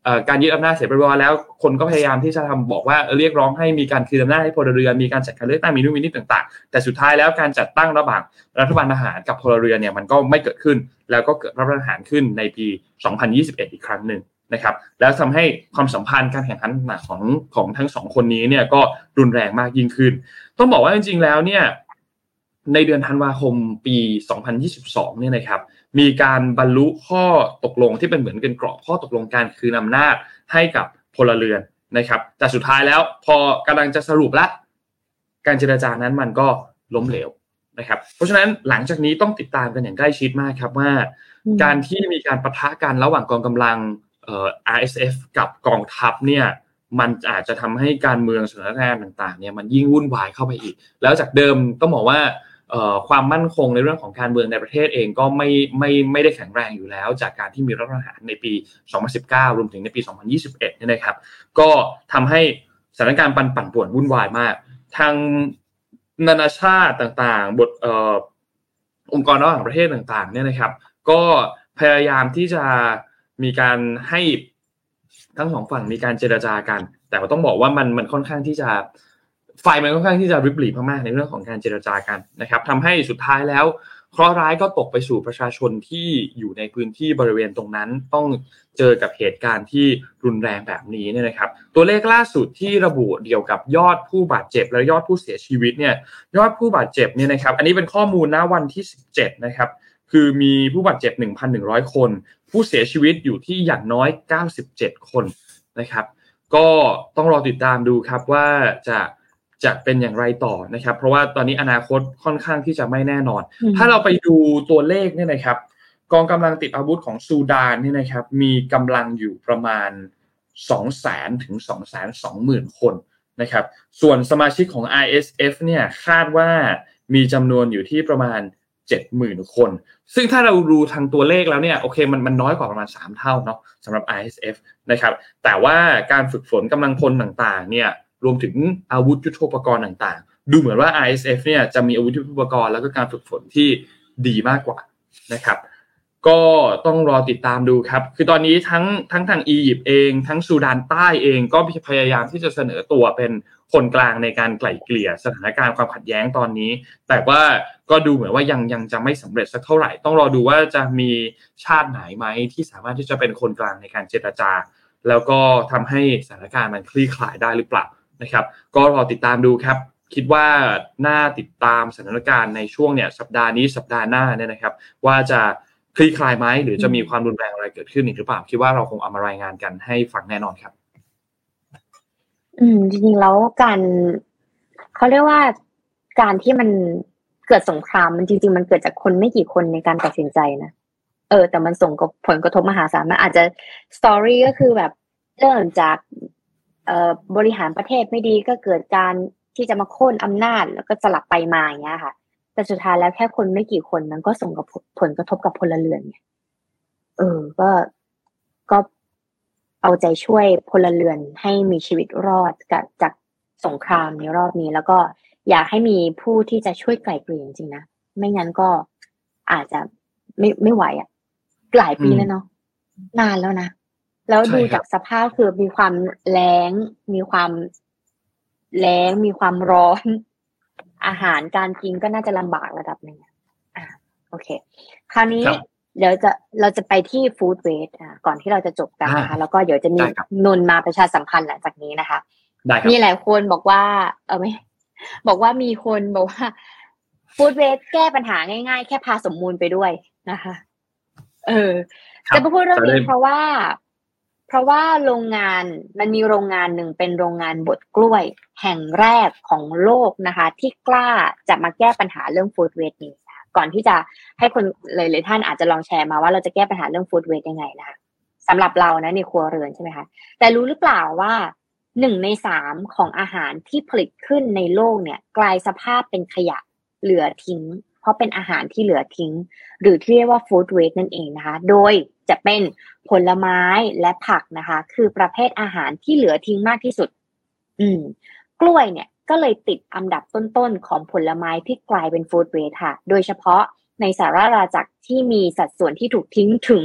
[SPEAKER 3] การยึดอำนาจเสร็จเรียบร้อยแล้วคนก็พยายามที่จะทำบอกว่าเรียกร้องให้มีการคืนอำนาจให้พลเรือนมีการจัดการเลือกตั้งมีนู่นมีนี่ต่างๆแต่สุดท้ายแล้วการจัดตั้งระหว่างรัฐบาลทหารกับพลเรือนเนี่ยมันก็ไม่เกิดขึ้นแล้วก็เกิดรัฐประหารขึ้นในปีสองพันยี่สิบเอ็ดอีกครั้งนึงนะครับแล้วทำให้ความสัมพันธ์การแข่งขันของของทั้งสองคนนี้เนี่ยก็รุนแรงมากยิ่งขึ้นต้องบอกว่าจริงๆแล้วเนี่ยในเดือนธันวาคมปีสองพันยี่สิบสองเนี่ยนะครับมีการบรรลุข้อตกลงที่เป็นเหมือนกันกรอบข้อตกลงการคืนอำนาจให้กับพลเรือนนะครับแต่สุดท้ายแล้วพอกำลังจะสรุปละการเจรจานั้นมันก็ล้มเหลวนะครับเพราะฉะนั้นหลังจากนี้ต้องติดตามกันอย่างใกล้ชิดมากครับว่าการที่มีการปะทะกันระหว่างกองกำลังเอ่อ อาร์ เอส เอฟ กับกองทัพเนี่ยมันอาจจะทำให้การเมืองสถานการณ์ต่างๆเนี่ยมันยิ่งวุ่นวายเข้าไปอีกแล้วจากเดิมต้องบอกว่าเอ่อความมั่นคงในเรื่องของการเมืองในประเทศเองก็ไม่ไม่ไม่ได้แข็งแรงอยู่แล้วจากการที่มีรัฐประหารในปีสองพันสิบเก้ารวมถึงในปีสองพันยี่สิบเอ็ดเนี่ยนะครับก็ทำให้สถานการณ์ปั่นปั่นป่วนวุ่นวายมากทางนานาชาติต่างๆบทเอ่อองค์กรระหว่างประเทศต่างๆเนี่ยนะครับก็พยายามที่จะมีการให้ทั้งสองฝั่งมีการเจรจากันแต่ว่าต้องบอกว่ามันมันค่อนข้างที่จะไฟมันค่อนข้างที่จะริบหรี่มากๆในเรื่องของการเจรจากันนะครับทำให้สุดท้ายแล้วเคราะห์ร้ายก็ตกไปสู่ประชาชนที่อยู่ในพื้นที่บริเวณตรงนั้นต้องเจอกับเหตุการณ์ที่รุนแรงแบบนี้เนี่ยนะครับตัวเลขล่าสุดที่ระบุเกี่ยวกับยอดผู้บาดเจ็บและยอดผู้เสียชีวิตเนี่ยยอดผู้บาดเจ็บเนี่ยนะครับอันนี้เป็นข้อมูลณวันที่สิบเจ็ดนะครับคือมีผู้บาดเจ็บ หนึ่งพันหนึ่งร้อย คนผู้เสียชีวิตอยู่ที่อย่างน้อยเก้าสิบเจ็ดคนนะครับก็ต้องรอติดตามดูครับว่าจะจะเป็นอย่างไรต่อนะครับเพราะว่าตอนนี้อนาคตค่อนข้างที่จะไม่แน่นอนถ้าเราไปดูตัวเลขเนี่ยนะครับกองกำลังติดอาวุธของซูดานเนี่ยนะครับมีกำลังอยู่ประมาณ สองแสน ถึง สองแสนสองหมื่น คนนะครับส่วนสมาชิกของ อาร์ เอส เอฟ เนี่ยคาดว่ามีจำนวนอยู่ที่ประมาณ เจ็ดหมื่น คนซึ่งถ้าเราดูทางตัวเลขแล้วเนี่ยโอเคมันมันน้อยกว่าประมาณสามเท่าเนาะสำหรับ อาร์ เอส เอฟ นะครับแต่ว่าการฝึกฝนกำลังพลต่างๆเนี่ยรวมถึงอาวุธยุทโธปกรณ์ต่างๆดูเหมือนว่า อาร์ เอส เอฟ เนี่ยจะมีอาวุธยุทโธปกรณ์แล้วก็การฝึกฝนที่ดีมากกว่านะครับก็ต้องรอติดตามดูครับคือตอนนี้ทั้งทั้งทางอียิปต์เองทั้งซูดานใต้เองก็พยายามที่จะเสนอตัวเป็นคนกลางในการไกล่เกลี่ยสถานการณ์ความขัดแย้งตอนนี้แต่ว่าก็ดูเหมือนว่ายังยังจะไม่สำเร็จสักเท่าไหร่ต้องรอดูว่าจะมีชาติไหนไหมที่สามารถที่จะเป็นคนกลางในการเจรจาแล้วก็ทำให้สถานการณ์มันคลี่คลายได้หรือเปล่านะครับก็รอติดตามดูครับคิดว่าน่าติดตามสถานการณ์ในช่วงเนี่ยสัปดาห์นี้สัปดาห์หน้าเนี่ยนะครับว่าจะคลี่คลายไหมหรือจะมีความรุนแรงอะไรเกิดขึ้นอีกหรือเปล่าคิดว่าเราคงเอามารายงานกันให้ฟังแน่นอนครับ
[SPEAKER 4] อืมจริงๆแล้วการเขาเรียกว่าการที่มันเกิดสงครามมันจริงๆมันเกิดจากคนไม่กี่คนในการตัดสินใจนะเออแต่มันส่งผลกระทบมหาศาลมันอาจจะสตอรี่ก็คือแบบเริ่มจากเอ่อบริหารประเทศไม่ดีก็เกิดการที่จะมาโค่นอำนาจแล้วก็สลับไปมาอย่างเงี้ยค่ะแต่สุดท้ายแล้วแค่คนไม่กี่คนมันก็ส่งกับผลกระทบกับพลเรือนไงเออก็ก็เอาใจช่วยพลเรือนให้มีชีวิตรอดจากจากสงครามในรอบนี้แล้วก็อยากให้มีผู้ที่จะช่วยไกล่เกลี่ยจริงๆนะไม่งั้นก็อาจจะไม่ไม่ไหวอ่ะหลายปีแล้วเนาะนานแล้วนะแล้วดูจากสภาพคือมีความแล้งมีความแล้งมีความร้อนอาหารการกินก็น่าจะลำบากระดับหนึ่งอ่าโอเคคราวนี้เดี๋ยวจะเราจะไปที่ฟู้ดเวสต์อ่าก่อนที่เราจะจบกันนะคะแล้วก็เดี๋ยวจะมีนนมาประชาสัมพันธ์หลังจากนี้นะคะมีหลายคนบอกว่าเออไม่บอกว่ามีคนบอกว่าฟู้ดเวสต์แก้ปัญหาง่ายๆแค่พาสมมูลไปด้วยนะคะเออจะมาพูดเรื่องนี้เพราะว่าเพราะว่าโรงงานมันมีโรงงานหนึ่งเป็นโรงงานบดกล้วยแห่งแรกของโลกนะคะที่กล้าจะมาแก้ปัญหาเรื่องฟู้ดเวสต์นี้ก่อนที่จะให้คนหลายๆท่านอาจจะลองแชร์มาว่าเราจะแก้ปัญหาเรื่องฟู้ดเวสต์ยังไงนะคะสำหรับเรานะในครัวเรือนใช่ไหมคะแต่รู้หรือเปล่าว่าหนึ่งในสามของอาหารที่ผลิตขึ้นในโลกเนี่ยกลายสภาพเป็นขยะเหลือทิ้งเพราะเป็นอาหารที่เหลือทิ้งหรือที่เรียกว่าฟู้ดเวสต์นั่นเองนะคะโดยจะเป็นผลไม้และผักนะคะคือประเภทอาหารที่เหลือทิ้งมากที่สุดอืมกล้วยเนี่ยก็เลยติดอันดับต้นๆของผลไม้ที่กลายเป็นฟู้ดเวสต์ค่ะโดยเฉพาะในสหราชอาณาจักรที่มีสัดส่วนที่ถูกทิ้งถึง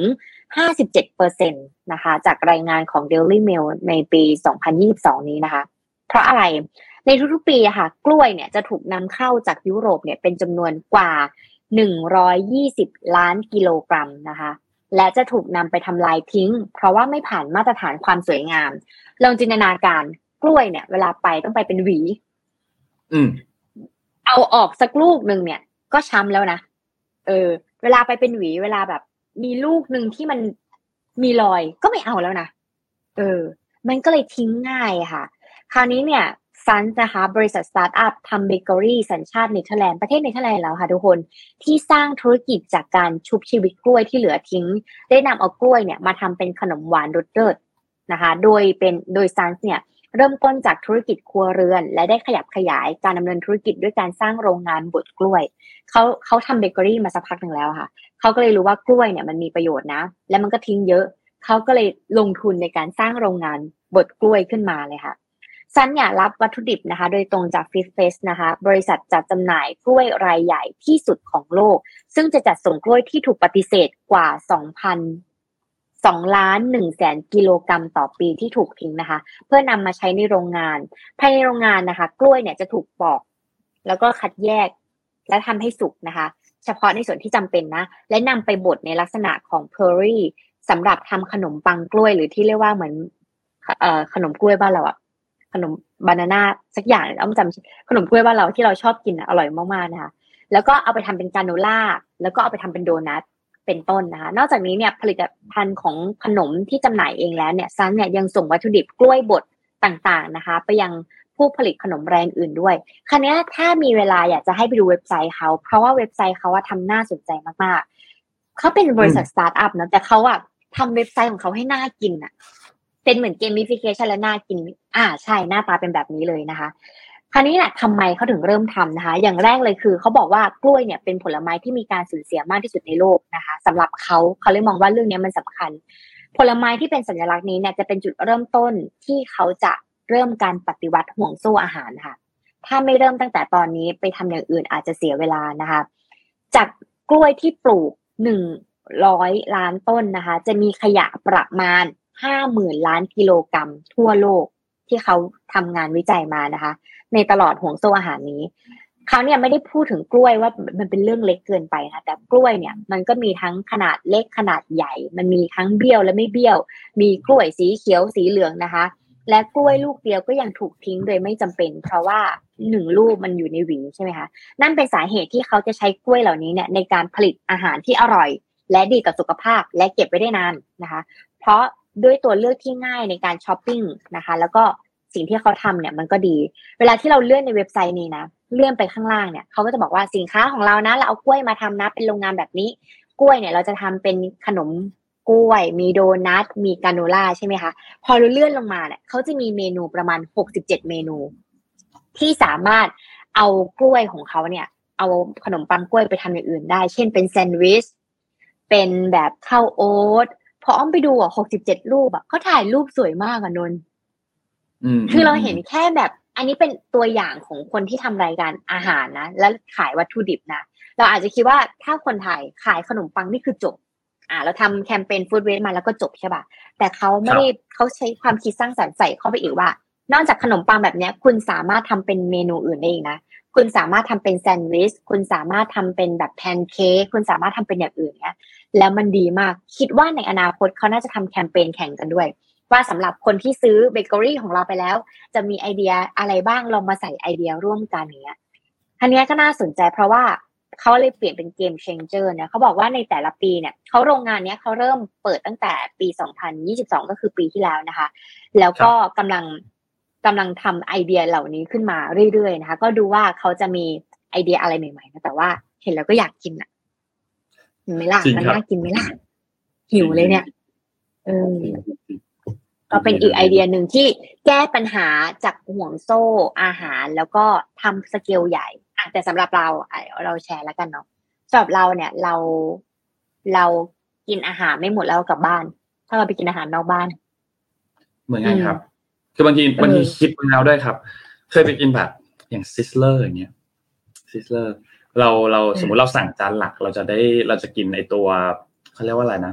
[SPEAKER 4] ห้าสิบเจ็ดเปอร์เซ็นต์ นะคะจากรายงานของ Daily Mail ในปีสองพันยี่สิบสองนี้นะคะเพราะอะไรในทุกๆปีอะค่ะกล้วยเนี่ยจะถูกนำเข้าจากยุโรปเนี่ยเป็นจำนวนกว่าหนึ่งร้อยยี่สิบล้านกิโลกรัมนะคะและจะถูกนำไปทำลายทิ้งเพราะว่าไม่ผ่านมาตรฐานความสวยงามลองจินตนาการกล้วยเนี่ยเวลาไปต้องไปเป็นหวี
[SPEAKER 3] อืม
[SPEAKER 4] เอาออกสักลูกนึงเนี่ยก็ช้ำแล้วนะเออเวลาไปเป็นหวีเวลาแบบมีลูกนึงที่มันมีรอยก็ไม่เอาแล้วนะเออมันก็เลยทิ้งง่ายค่ะคราวนี้เนี่ยซันนะคะบริษัทสตาร์ทอัพทำเบเกอรี่สัญชาติเนเธอร์แลนด์ประเทศเนเธอร์แลนด์แล้วค่ะทุกคนที่สร้างธุรกิจจากการชุบชีวิตกล้วยที่เหลือทิ้งได้นำเอากล้วยเนี่ยมาทำเป็นขนมหวานรสเลิศนะคะโดยเป็นโดยซันเนี่ยเริ่มต้นจากธุรกิจครัวเรือนและได้ขยับขยายการดำเนินธุรกิจด้วยการสร้างโรงงานบดกล้วยเขาเขาทำเบเกอรี่มาสักพักหนึ่งแล้วค่ะเขาก็เลยรู้ว่ากล้วยเนี่ยมันมีประโยชน์นะและมันก็ทิ้งเยอะเขาก็เลยลงทุนในการสร้างโรงงานบดกล้วยขึ้นมาเลยค่ะซันเนี่ยรับวัตถุดิบนะคะโดยตรงจาก Fish Fest นะคะบริษัทจัดจำหน่ายกล้วยรายใหญ่ที่สุดของโลกซึ่งจะจัดส่งกล้วยที่ถูกปฏิเสธกว่า สองพัน สองล้านหนึ่งแสนกิโลกรัมต่อปีที่ถูกทิ้งนะคะเพื่อนำมาใช้ในโรงงานภายในโรงงานนะคะกล้วยเนี่ยจะถูกปอกแล้วก็คัดแยกและทำให้สุกนะคะเฉพาะในส่วนที่จำเป็นนะและนำไปบดในลักษณะของเพอร์รี่สำหรับทำขนมปังกล้วยหรือที่เรียกว่าเหมือนเอ่อขนมกล้วยบ้านเราอะขนมบานาน่าสักอย่างอ้อมจำขนมกล้วยบ้านเราที่เราชอบกินอร่อยมากๆนะคะแล้วก็เอาไปทำเป็นกราโนล่าแล้วก็เอาไปทำเป็นโดนัทเป็นต้นนะคะนอกจากนี้เนี่ยผลิตภัณฑ์ของขนมที่จำหน่ายเองแล้วเนี่ยซันเนี่ยยังส่งวัตถุดิบกล้วยบดต่างๆนะคะไปยังผู้ผลิตขนมแบรนด์อื่นด้วยคราวนี้ถ้ามีเวลาอยากจะให้ไปดูเว็บไซต์เขาเพราะว่าเว็บไซต์เขาว่าทำน่าสนใจมากๆเขาเป็นบริษัทสตาร์ทอัพนะแต่เขาอะทำเว็บไซต์ของเขาให้น่ากินอะเป็นเหมือนเกมมิฟิเคชันและน่ากินอ่าใช่หน้าตาเป็นแบบนี้เลยนะคะคราวนี้แหละทำไมเขาถึงเริ่มทำนะคะอย่างแรกเลยคือเขาบอกว่ากล้วยเนี่ยเป็นผลไม้ที่มีการสูญเสียมากที่สุดในโลกนะคะสำหรับเขาเขาเลยมองว่าเรื่องนี้มันสำคัญผลไม้ที่เป็นสัญลักษณ์นี้เนี่ยจะเป็นจุดเริ่มต้นที่เขาจะเริ่มการปฏิวัติห่วงโซ่อาหารค่ะถ้าไม่เริ่มตั้งแต่ตอนนี้ไปทำอย่างอื่นอาจจะเสียเวลานะคะจากกล้วยที่ปลูกหนึ่งร้อยล้านต้นนะคะจะมีขยะประมาณห้าหมื่นล้านกิโลกรัมทั่วโลกที่เขาทำงานวิจัยมานะคะในตลอดห่วงโซ่อาหารนี้เขาเนี่ยไม่ได้พูดถึงกล้วยว่ามันเป็นเรื่องเล็กเกินไปนะแต่กล้วยเนี่ยมันก็มีทั้งขนาดเล็กขนาดใหญ่มันมีทั้งเบี้ยวและไม่เบี้ยวมีกล้วยสีเขียวสีเหลืองนะคะและกล้วยลูกเดียวก็ยังถูกทิ้งโดยไม่จำเป็นเพราะว่าหนึ่งลูกมันอยู่ในหวีใช่ไหมคะนั่นเป็นสาเหตุที่เขาจะใช้กล้วยเหล่านี้เนี่ยในการผลิตอาหารที่อร่อยและดีต่อสุขภาพและเก็บไว้ได้นานนะคะเพราะด้วยตัวเลือกที่ง่ายในการช้อปปิ้งนะคะแล้วก็สิ่งที่เขาทำเนี่ยมันก็ดีเวลาที่เราเลื่อนในเว็บไซต์นี้นะเลื่อนไปข้างล่างเนี่ยเขาก็จะบอกว่าสินค้าของเรานะเราเอากล้วยมาทำนะเป็นโรงงานแบบนี้กล้วยเนี่ยเราจะทำเป็นขนมกล้วยมีโดนัทมีกราโนล่าใช่ไหมคะพอเราเลื่อนลงมาเนี่ยเขาจะมีเมนูประมาณหกสิบเจ็ดเมนูที่สามารถเอากล้วยของเขาเนี่ยเอาขนมปังกล้วยไปทำอย่างอื่นได้เช่นเป็นแซนด์วิชเป็นแบบข้าวโอ๊ตพออ้อมไปดูอ่ะหกสิบเจ็ดรูปอ่ะเขาถ่ายรูปสวยมากอ่ะนนท์คือเราเห็นแค่แบบอันนี้เป็นตัวอย่างของคนที่ทำรายการอาหารนะแล้วขายวัตถุดิบนะเราอาจจะคิดว่าถ้าคนไทยขายขนมปังนี่คือจบอ่าเราทำแคมเปญฟู้ดเวสต์มาแล้วก็จบใช่ป่ะแต่เขาไม่ได้เขาใช้ความคิดสร้างสรรค์ใส่เข้าไปอีกว่านอกจากขนมปังแบบนี้คุณสามารถทำเป็นเมนูอื่นได้อีกนะคุณสามารถทำเป็นแซนด์วิชคุณสามารถทำเป็นแบบแพนเค้กคุณสามารถทำเป็นอย่างอื่นเนี้ยแล้วมันดีมากคิดว่าในอนาคตเขาน่าจะทำแคมเปญแข่งกันด้วยว่าสำหรับคนที่ซื้อเบเกอรี่ของเราไปแล้วจะมีไอเดียอะไรบ้างลองมาใส่ไอเดียร่วมกันอย่างเงี้ยอันนี้ก็น่าสนใจเพราะว่าเขาเลยเปลี่ยนเป็นเกมเชนเจอร์เนี่ยเขาบอกว่าในแต่ละปีเนี่ยเขาโรงงานเนี้ยเขาเริ่มเปิดตั้งแต่ปีสองพันยี่สิบสองก็คือปีที่แล้วนะคะแล้วก็กำลังกำลังทำไอเดียเหล่านี้ขึ้นมาเรื่อยๆนะคะก็ดูว่าเขาจะมีไอเดียอะไรใหม่ๆนะแต่ว่าเห็นแล้วก็อยากกินอ่ะเห็นไหมล่ะมันน่ากินไหมล่ะหิวเลยเนี่ยเออก็เป็นอีกไอเดียหนึ่งที่แก้ปัญหาจากห่วงโซ่อาหารแล้วก็ทำสเกลใหญ่แต่สำหรับเราเราแชร์แล้วกันเนาะสำหรับเราเนี่ยเราเรากินอาหารไม่หมดแล้วกลับบ้านถ้าเราไปกินอาหารนอกบ้าน
[SPEAKER 3] เหมือนกันครับคือบางทีบางทีคิดมาแล้วด้วยครับเคยไปกินแบบอย่างซิสเลอร์อย่างเงี้ยซิสเลอร์เราเราสมมุติเราสั่งจานหลักเราจะได้เราจะกินไอตัวเขาเรียกว่าอะไรนะ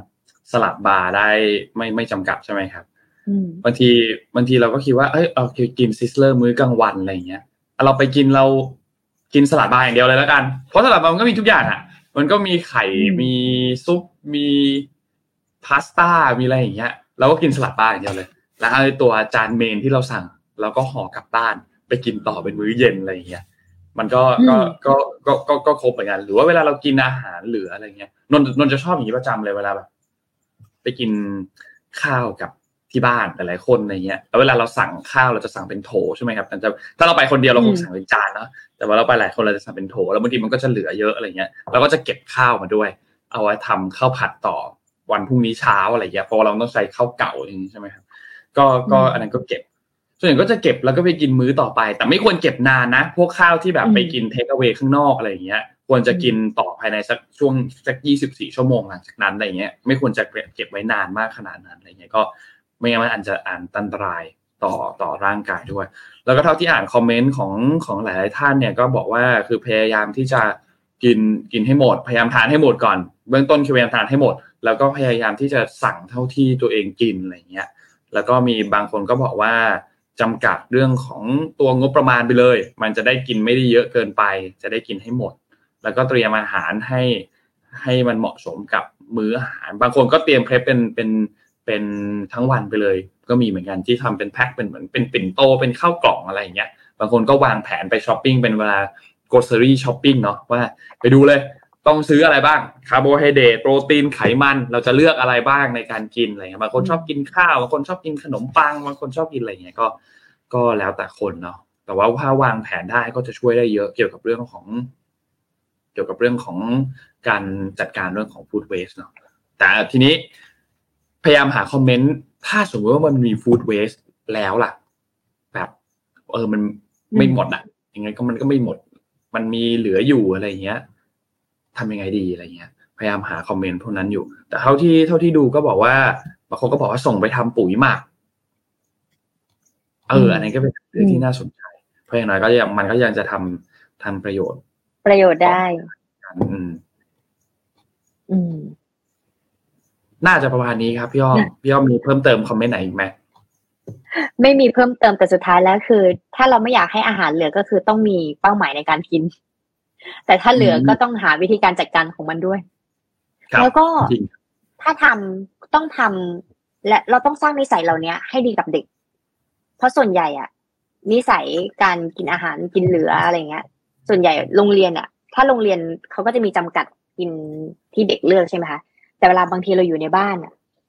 [SPEAKER 3] สลัดบาร์ได้ไม่ไม่จำกัดใช่ไหมครับบางทีบางทีเราก็คิดว่าเอ้ยเอากินซิสเลอร์มื้อกลางวันอะไรอย่างเงี้ยเราไปกินเรากินสลัดบาร์อย่างเดียวเลยแล้วกันเพราะสลัดบาร์มันก็มีทุกอย่างอ่ะมันก็มีไข่มีซุปมีพาสต้ามีอะไรอย่างเงี้ยเราก็กินสลัดบาร์อย่างเดียวเลยแล้วไอ้ตัวจานเมนที่เราสั่งเราก็ห่อกลับบ้านไปกินต่อเป็นมื้อเย็นอะไรอย่างเงี้ยมันก็ก็ก็ก็ก็ก็ครบเหมือนกันหรือว่าเวลาเรากินอาหารเหลืออะไรเงี้ยนนนนจะชอบอย่างนี้ประจำเลยเวลาแบบไปกินข้าวกับที่บ้านหลายๆคนอะไรเงี้ยแล้วเวลาเราสั่งข้าวเราจะสั่งเป็นโถใช่ไหมครับแต่ถ้าเราไปคนเดียวเราคงสั่งเป็นจานเนาะแต่ว่าเราไปหลายคนเราจะสั่งเป็นโถแล้วบางทีมันก็จะเหลือเยอะอะไรเงี้ยเราก็จะเก็บข้าวมาด้วยเอาไว้ทำข้าวผัดต่อวันพรุ่งนี้เช้าอะไรเงี้ยเพราะเราต้องใช้ข้าวเก่าอย่างนี้ใช่ไหมครับก็ก็อันนั้นก็เก็บส่วนใหญ่ก็จะเก็บแล้วก็ไปกินมื้อต่อไปแต่ไม่ควรเก็บนานนะพวกข้าวที่แบบไปกินเทคเอาเวย์ข้างนอกอะไรอย่างเงี้ยควรจะกินต่อภายในสักช่วงสักยี่สิบสี่ชั่วโมงหลังจากนั้นอะไรเงี้ยไม่ควรจะเก็บไว้นานมากขนาดนั้นอะไรเงี้ยก็ไม่งั้นมันอาจจะอันตรายต่อต่อร่างกายด้วยแล้วก็เท่าที่อ่านคอมเมนต์ของของหลายๆท่านเนี่ยก็บอกว่าคือพยายามที่จะกินกินให้หมดพยายามทานให้หมดก่อนเบื้องต้นคือพยายามทานให้หมดแล้วก็พยายามที่จะสั่งเท่าที่ตัวเองกินอะไรเงี้ยแล้วก็มีบางคนก็บอกว่าจำกัดเรื่องของตัวงบประมาณไปเลยมันจะได้กินไม่ได้เยอะเกินไปจะได้กินให้หมดแล้วก็เตรียมอาหารให้ให้มันเหมาะสมกับมื้ออาหารบางคนก็เตรียมเพลฟเป็นเป็นเป็นทั้งวันไปเลยก็มีเหมือนกันที่ทำเป็นแพ็คเป็นเหมือนเป็นปิ่นโตเป็นข้าวกล่องอะไรอย่างเงี้ยบางคนก็วางแผนไปช้อปปิ้งเป็นเวลา grocery shopping เนาะว่าไปดูเลยต้องซื้ออะไรบ้างคาร์โบไฮเดรตโปรตีนไขมันเราจะเลือกอะไรบ้างในการกินอะไรเงี้ยบางคนชอบกินข้าวบางคนชอบกินขนมปังบางคนชอบกินอะไรเงี้ยก็ก็แล้วแต่คนเนาะแต่ว่าถ้าวางแผนได้ก็จะช่วยได้เยอะเกี่ยวกับเรื่องของเกี่ยวกับเรื่องของการจัดการเรื่องของ food waste เนาะแต่ทีนี้พยายามหาคอมเมนต์ถ้าสมมติว่ามันมี food waste แล้วล่ะแบบเออมันไม่หมดอ่ะยังไงก็มันก็ไม่หมดมันมีเหลืออยู่อะไรเงี้ยทำยังไงดีอะไรเงี้ยพยายามหาคอมเมนต์พวกนั้นอยู่แต่เท่าที่เท่าที่ดูก็บอกว่าบางคนก็บอกว่าส่งไปทำปุ๋ยหมักเอออันนี้ก็เป็นเรื่องที่น่าสนใจเพราะอย่างน้อยก็ยังมันก็ยังจะทำทำประโยชน์
[SPEAKER 4] ประโยชน์ได้
[SPEAKER 3] อืม
[SPEAKER 4] อืม
[SPEAKER 3] น่าจะประมาณนี้ครับพี่อ้อมพี่อ้อมมีเพิ่มเติมคอมเมนต์ไหนอีกไหม
[SPEAKER 4] ไม่มีเพิ่มเติมแต่สุดท้ายแล้วคือถ้าเราไม่อยากให้อาหารเหลือก็คือต้องมีเป้าหมายในการกินแต่ถ้าเหลือก็ต้องหาวิธีการจัดการของมันด้วยแล้วก็ถ้าทำต้องทำและเราต้องสร้างนิสัยเหล่านี้ให้ดีกับเด็กเพราะส่วนใหญ่อ่ะนิสัยการกินอาหารกินเหลืออะไรเงี้ยส่วนใหญ่โรงเรียนอ่ะถ้าโรงเรียนเขาก็จะมีจำกัดกินที่เด็กเลือกใช่ไหมคะแต่เวลาบางทีเราอยู่ในบ้านอ่ะ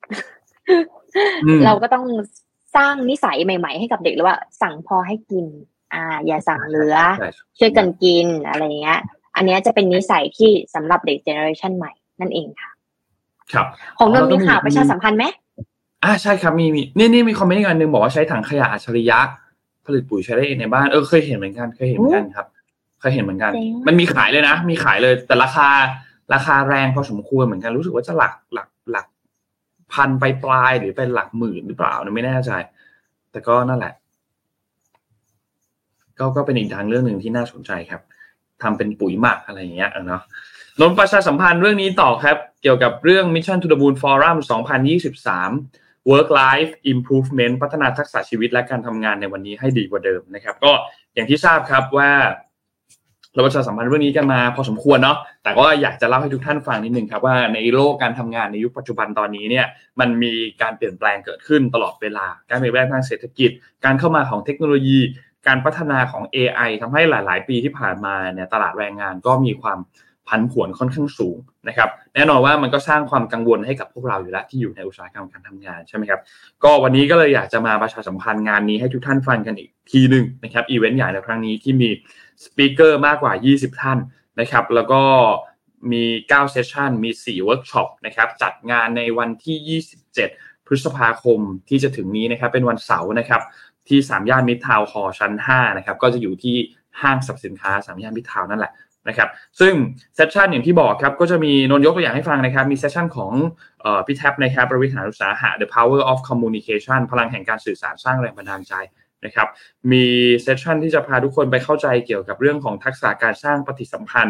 [SPEAKER 4] เราก็ต้องสร้างนิสัยใหม่ๆให้กับเด็กเลยว่าสั่งพอให้กินอ่าอย่าสั่งเหลือช่วยกันกินอะไรเงี้ยอันนี้จะเป็นนิสัยที่สำหรับเด็กเจเนอเรชันใหม่นั่นเองค่ะ
[SPEAKER 3] ครับ
[SPEAKER 4] ของนนมีข่าวประชาสัมพันธ์ไหม
[SPEAKER 3] อ่าใช่ครับมีมีนี่นี่มีคอมเมนต์อีกอันนึงบอกว่าใช้ถังขยะอัจฉริยะผลิตปุ๋ยใช้ได้ในบ้านเออเคยเห็นเหมือนกันเคยเห็นเหมือนกันครับเคยเห็นเหมือนกันมันมีขายเลยนะมีขายเลยแต่ราคาราคาแรงพอสมควรเหมือนกันรู้สึกว่าจะหลักหลักหลักพันไปปลายหรือเป็นหลักหมื่นหรือเปล่าไม่แน่ใจแต่ก็นั่นแหละก็ก็เป็นอีกทางเรื่องหนึ่งที่น่าสนใจครับทำเป็นปุ๋ยหมักอะไรอย่างเงี้ยเนาะนนประชาสัมพันธ์เรื่องนี้ต่อครับเกี่ยวกับเรื่อง Mission to the Moon Forum สองพันยี่สิบสาม Work Life Improvement พัฒนาทักษะชีวิตและการทำงานในวันนี้ให้ดีกว่าเดิมนะครับก็อย่างที่ทราบครับว่าเราประชาสัมพันธ์เรื่องนี้กันมาพอสมควรเนาะแต่ก็อยากจะเล่าให้ทุกท่านฟังนิดนึงครับว่าในโลกการทำงานในยุคปัจจุบันตอนนี้เนี่ยมันมีการเปลี่ยนแปลงเกิดขึ้นตลอดเวลาการเปลี่ยนแปลงทางเศรษฐกิจการเข้ามาของเทคโนโลยีการพัฒนาของ เอ ไอ ทำให้หลายๆปีที่ผ่านมาเนี่ยตลาดแรงงานก็มีความผันผวนค่อนข้างสูงนะครับแน่นอนว่ามันก็สร้างความกังวลให้กับพวกเราอยู่แล้วที่อยู่ในอุตสาหกรรมการทำงานใช่ไหมครับก็วันนี้ก็เลยอยากจะมาประชาสัมพันธ์งานนี้ให้ทุกท่านฟังกันอีกทีนึงนะครับอีเวนต์ใหญ่ในครั้งนี้ที่มีสปีกเกอร์มากกว่ายี่สิบท่านนะครับแล้วก็มีเก้าเซสชั่นมีสี่เวิร์คช็อปนะครับจัดงานในวันที่ยี่สิบเจ็ดพฤษภาคมที่จะถึงนี้นะครับเป็นวันเสาร์นะครับที่สามย่านมิตรทาวน์ฮอลล์ชั้นห้านะครับก็จะอยู่ที่ห้างสรรพสินค้าสามย่านมิตรทาวน์นั่นแหละนะครับซึ่งเซสชั่นอย่างที่บอกครับก็จะมีนนยกตัวอย่างให้ฟังนะครับมีเซสชั่นของเอ่อพี่แท็บนะครับบริหารอุตสาหะ The Power of Communication พลังแห่งการสื่อสารสร้างแรงบันดาลใจนะครับมีเซสชั่นที่จะพาทุกคนไปเข้าใจเกี่ยวกับเรื่องของทักษะการสร้างปฏิสัมพันธ์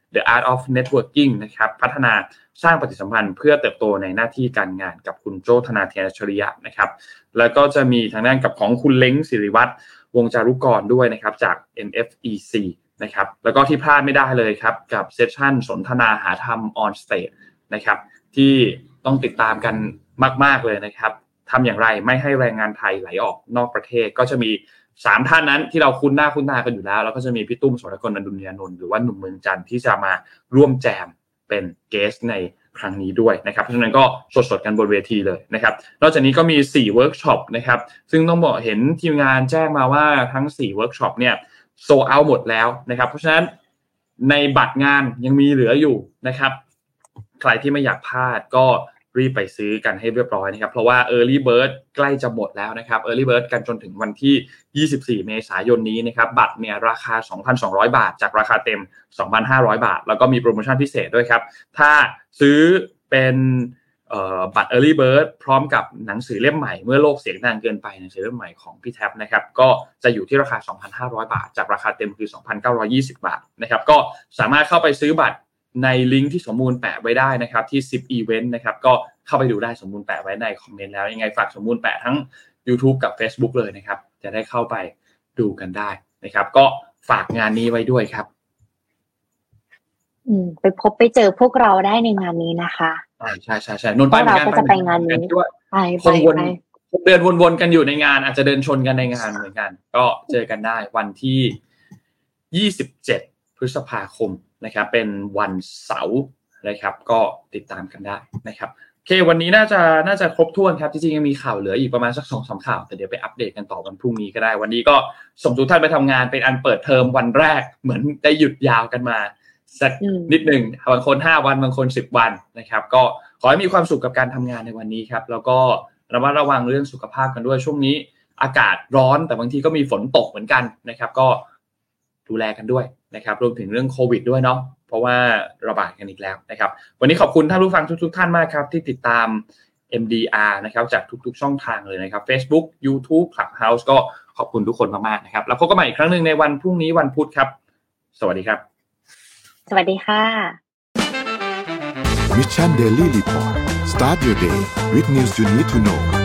[SPEAKER 3] The Art of Networking นะครับพัฒนาสร้างปฏิสัมพันธ์เพื่อเติบโตในหน้าที่การงานกับคุณโจ้ธนาเทียนอัจฉริยะนะครับแล้วก็จะมีทางด้านกับของคุณเล้งศิริวัฒน์วงจารุกรด้วยนะครับจาก เอ็น เอฟ อี ซี นะครับแล้วก็ที่พลาดไม่ได้เลยครับกับเซสชั่นสนทนาหาธรรม on stage นะครับที่ต้องติดตามกันมากๆเลยนะครับทำอย่างไรไม่ให้แรงงานไทยไหลออกนอกประเทศก็จะมีสามท่านนั้นที่เราคุ้นหน้าคุ้นตากันอยู่แล้วแล้วก็จะมีพี่ตุ้มโสรกลอดุลยานนท์หรือว่าหนุ่มเมืองจันทร์ที่จะมาร่วมแจมเป็นเกสต์ในครั้งนี้ด้วยนะครับเพราะฉะนั้นก็สดๆกันบนเวทีเลยนะครับนอกจากนี้ก็มีสี่เวิร์คช็อปนะครับซึ่งต้องบอกเห็นทีมงานแจ้งมาว่าทั้งสี่เวิร์คช็อปเนี่ยโซลด์เอาท์หมดแล้วนะครับเพราะฉะนั้นในบัตรงานยังมีเหลืออยู่นะครับใครที่ไม่อยากพลาดก็รีบไปซื้อกันให้เรียบร้อยนะครับเพราะว่า Early Bird ใกล้จะหมดแล้วนะครับ Early Bird กันจนถึงวันที่ยี่สิบสี่เมษายนนี้นะครับบัตรเนี่ยราคา สองพันสองร้อย บาทจากราคาเต็ม สองพันห้าร้อย บาทแล้วก็มีโปรโมชั่นพิเศษด้วยครับถ้าซื้อเป็นเอ่อบัตร Early Bird พร้อมกับหนังสือเล่มใหม่เมื่อโลกเสียงดังเกินไปหนังสือเล่มใหม่ของพี่แท็บนะครับก็จะอยู่ที่ราคา สองพันห้าร้อย บาทจากราคาเต็มคือ สองพันเก้าร้อยยี่สิบ บาทนะครับก็สามารถเข้าไปซื้อบัตรในลิงก์ที่สมมูลแปะไว้ได้นะครับที่ ซิป Event นะครับก็เข้าไปดูได้สมมูลแปะไว้ในคอมเมนต์แล้วยังไงฝากสมมูลแปะทั้ง YouTube กับ Facebook เลยนะครับจะได้เข้าไปดูกันได้นะครับก็ฝากงานนี้ไว้ด้วยครับ
[SPEAKER 4] อืมไปพบไปเจอพวกเราได้ในงานนี้นะคะ
[SPEAKER 3] ใช่ใช่ๆๆนนท์ไปเหมือนกัน
[SPEAKER 4] ก็จะไปงานนี้
[SPEAKER 3] ไปคนวนเดินวนๆกันอยู่ในงานอาจจะเดินชนกันในงานเหมือนกันก็เจอกันได้วันที่ยี่สิบเจ็ดพฤษภาคมนะครับเป็นวันเสาร์นะครับก็ติดตามกันได้นะครับโอเควันนี้น่าจะน่าจะครบถ้วนครับจริงๆยังมีข่าวเหลืออีกประมาณสัก สองสาม ข่าวแต่เดี๋ยวไปอัปเดตกันต่อวันพรุ่งนี้ก็ได้วันนี้ก็ส่งทุกท่านไปทำงานเป็นอันเปิดเทอมวันแรกเหมือนได้หยุดยาวกันมาสักนิดนึงบางคนห้าวันบางคนสิบวันนะครับก็ขอให้มีความสุขกับการทำงานในวันนี้ครับแล้วก็ระมัดระวังเรื่องสุขภาพกันด้วยช่วงนี้อากาศร้อนแต่บางทีก็มีฝนตกเหมือนกันนะครับก็ดูแลกันด้วยนะครับรวมถึงเรื่องโควิดด้วยเนาะเพราะว่าระบาดกันอีกแล้วนะครับวันนี้ขอบคุณท่านผู้ฟังทุกๆท่านมากครับที่ติดตาม เอ็ม ดี อาร์ นะครับจากทุกๆช่องทางเลยนะครับ Facebook YouTube Clubhouse ก็ขอบคุณทุกคนมากๆนะครับแล้วพบกันใหม่อีกครั้งนึงในวันพรุ่งนี้วันพุธครับสวัสดีครับ
[SPEAKER 4] สวัสดีค่ะ
[SPEAKER 1] Mission Daily Report Start your day with news you need to know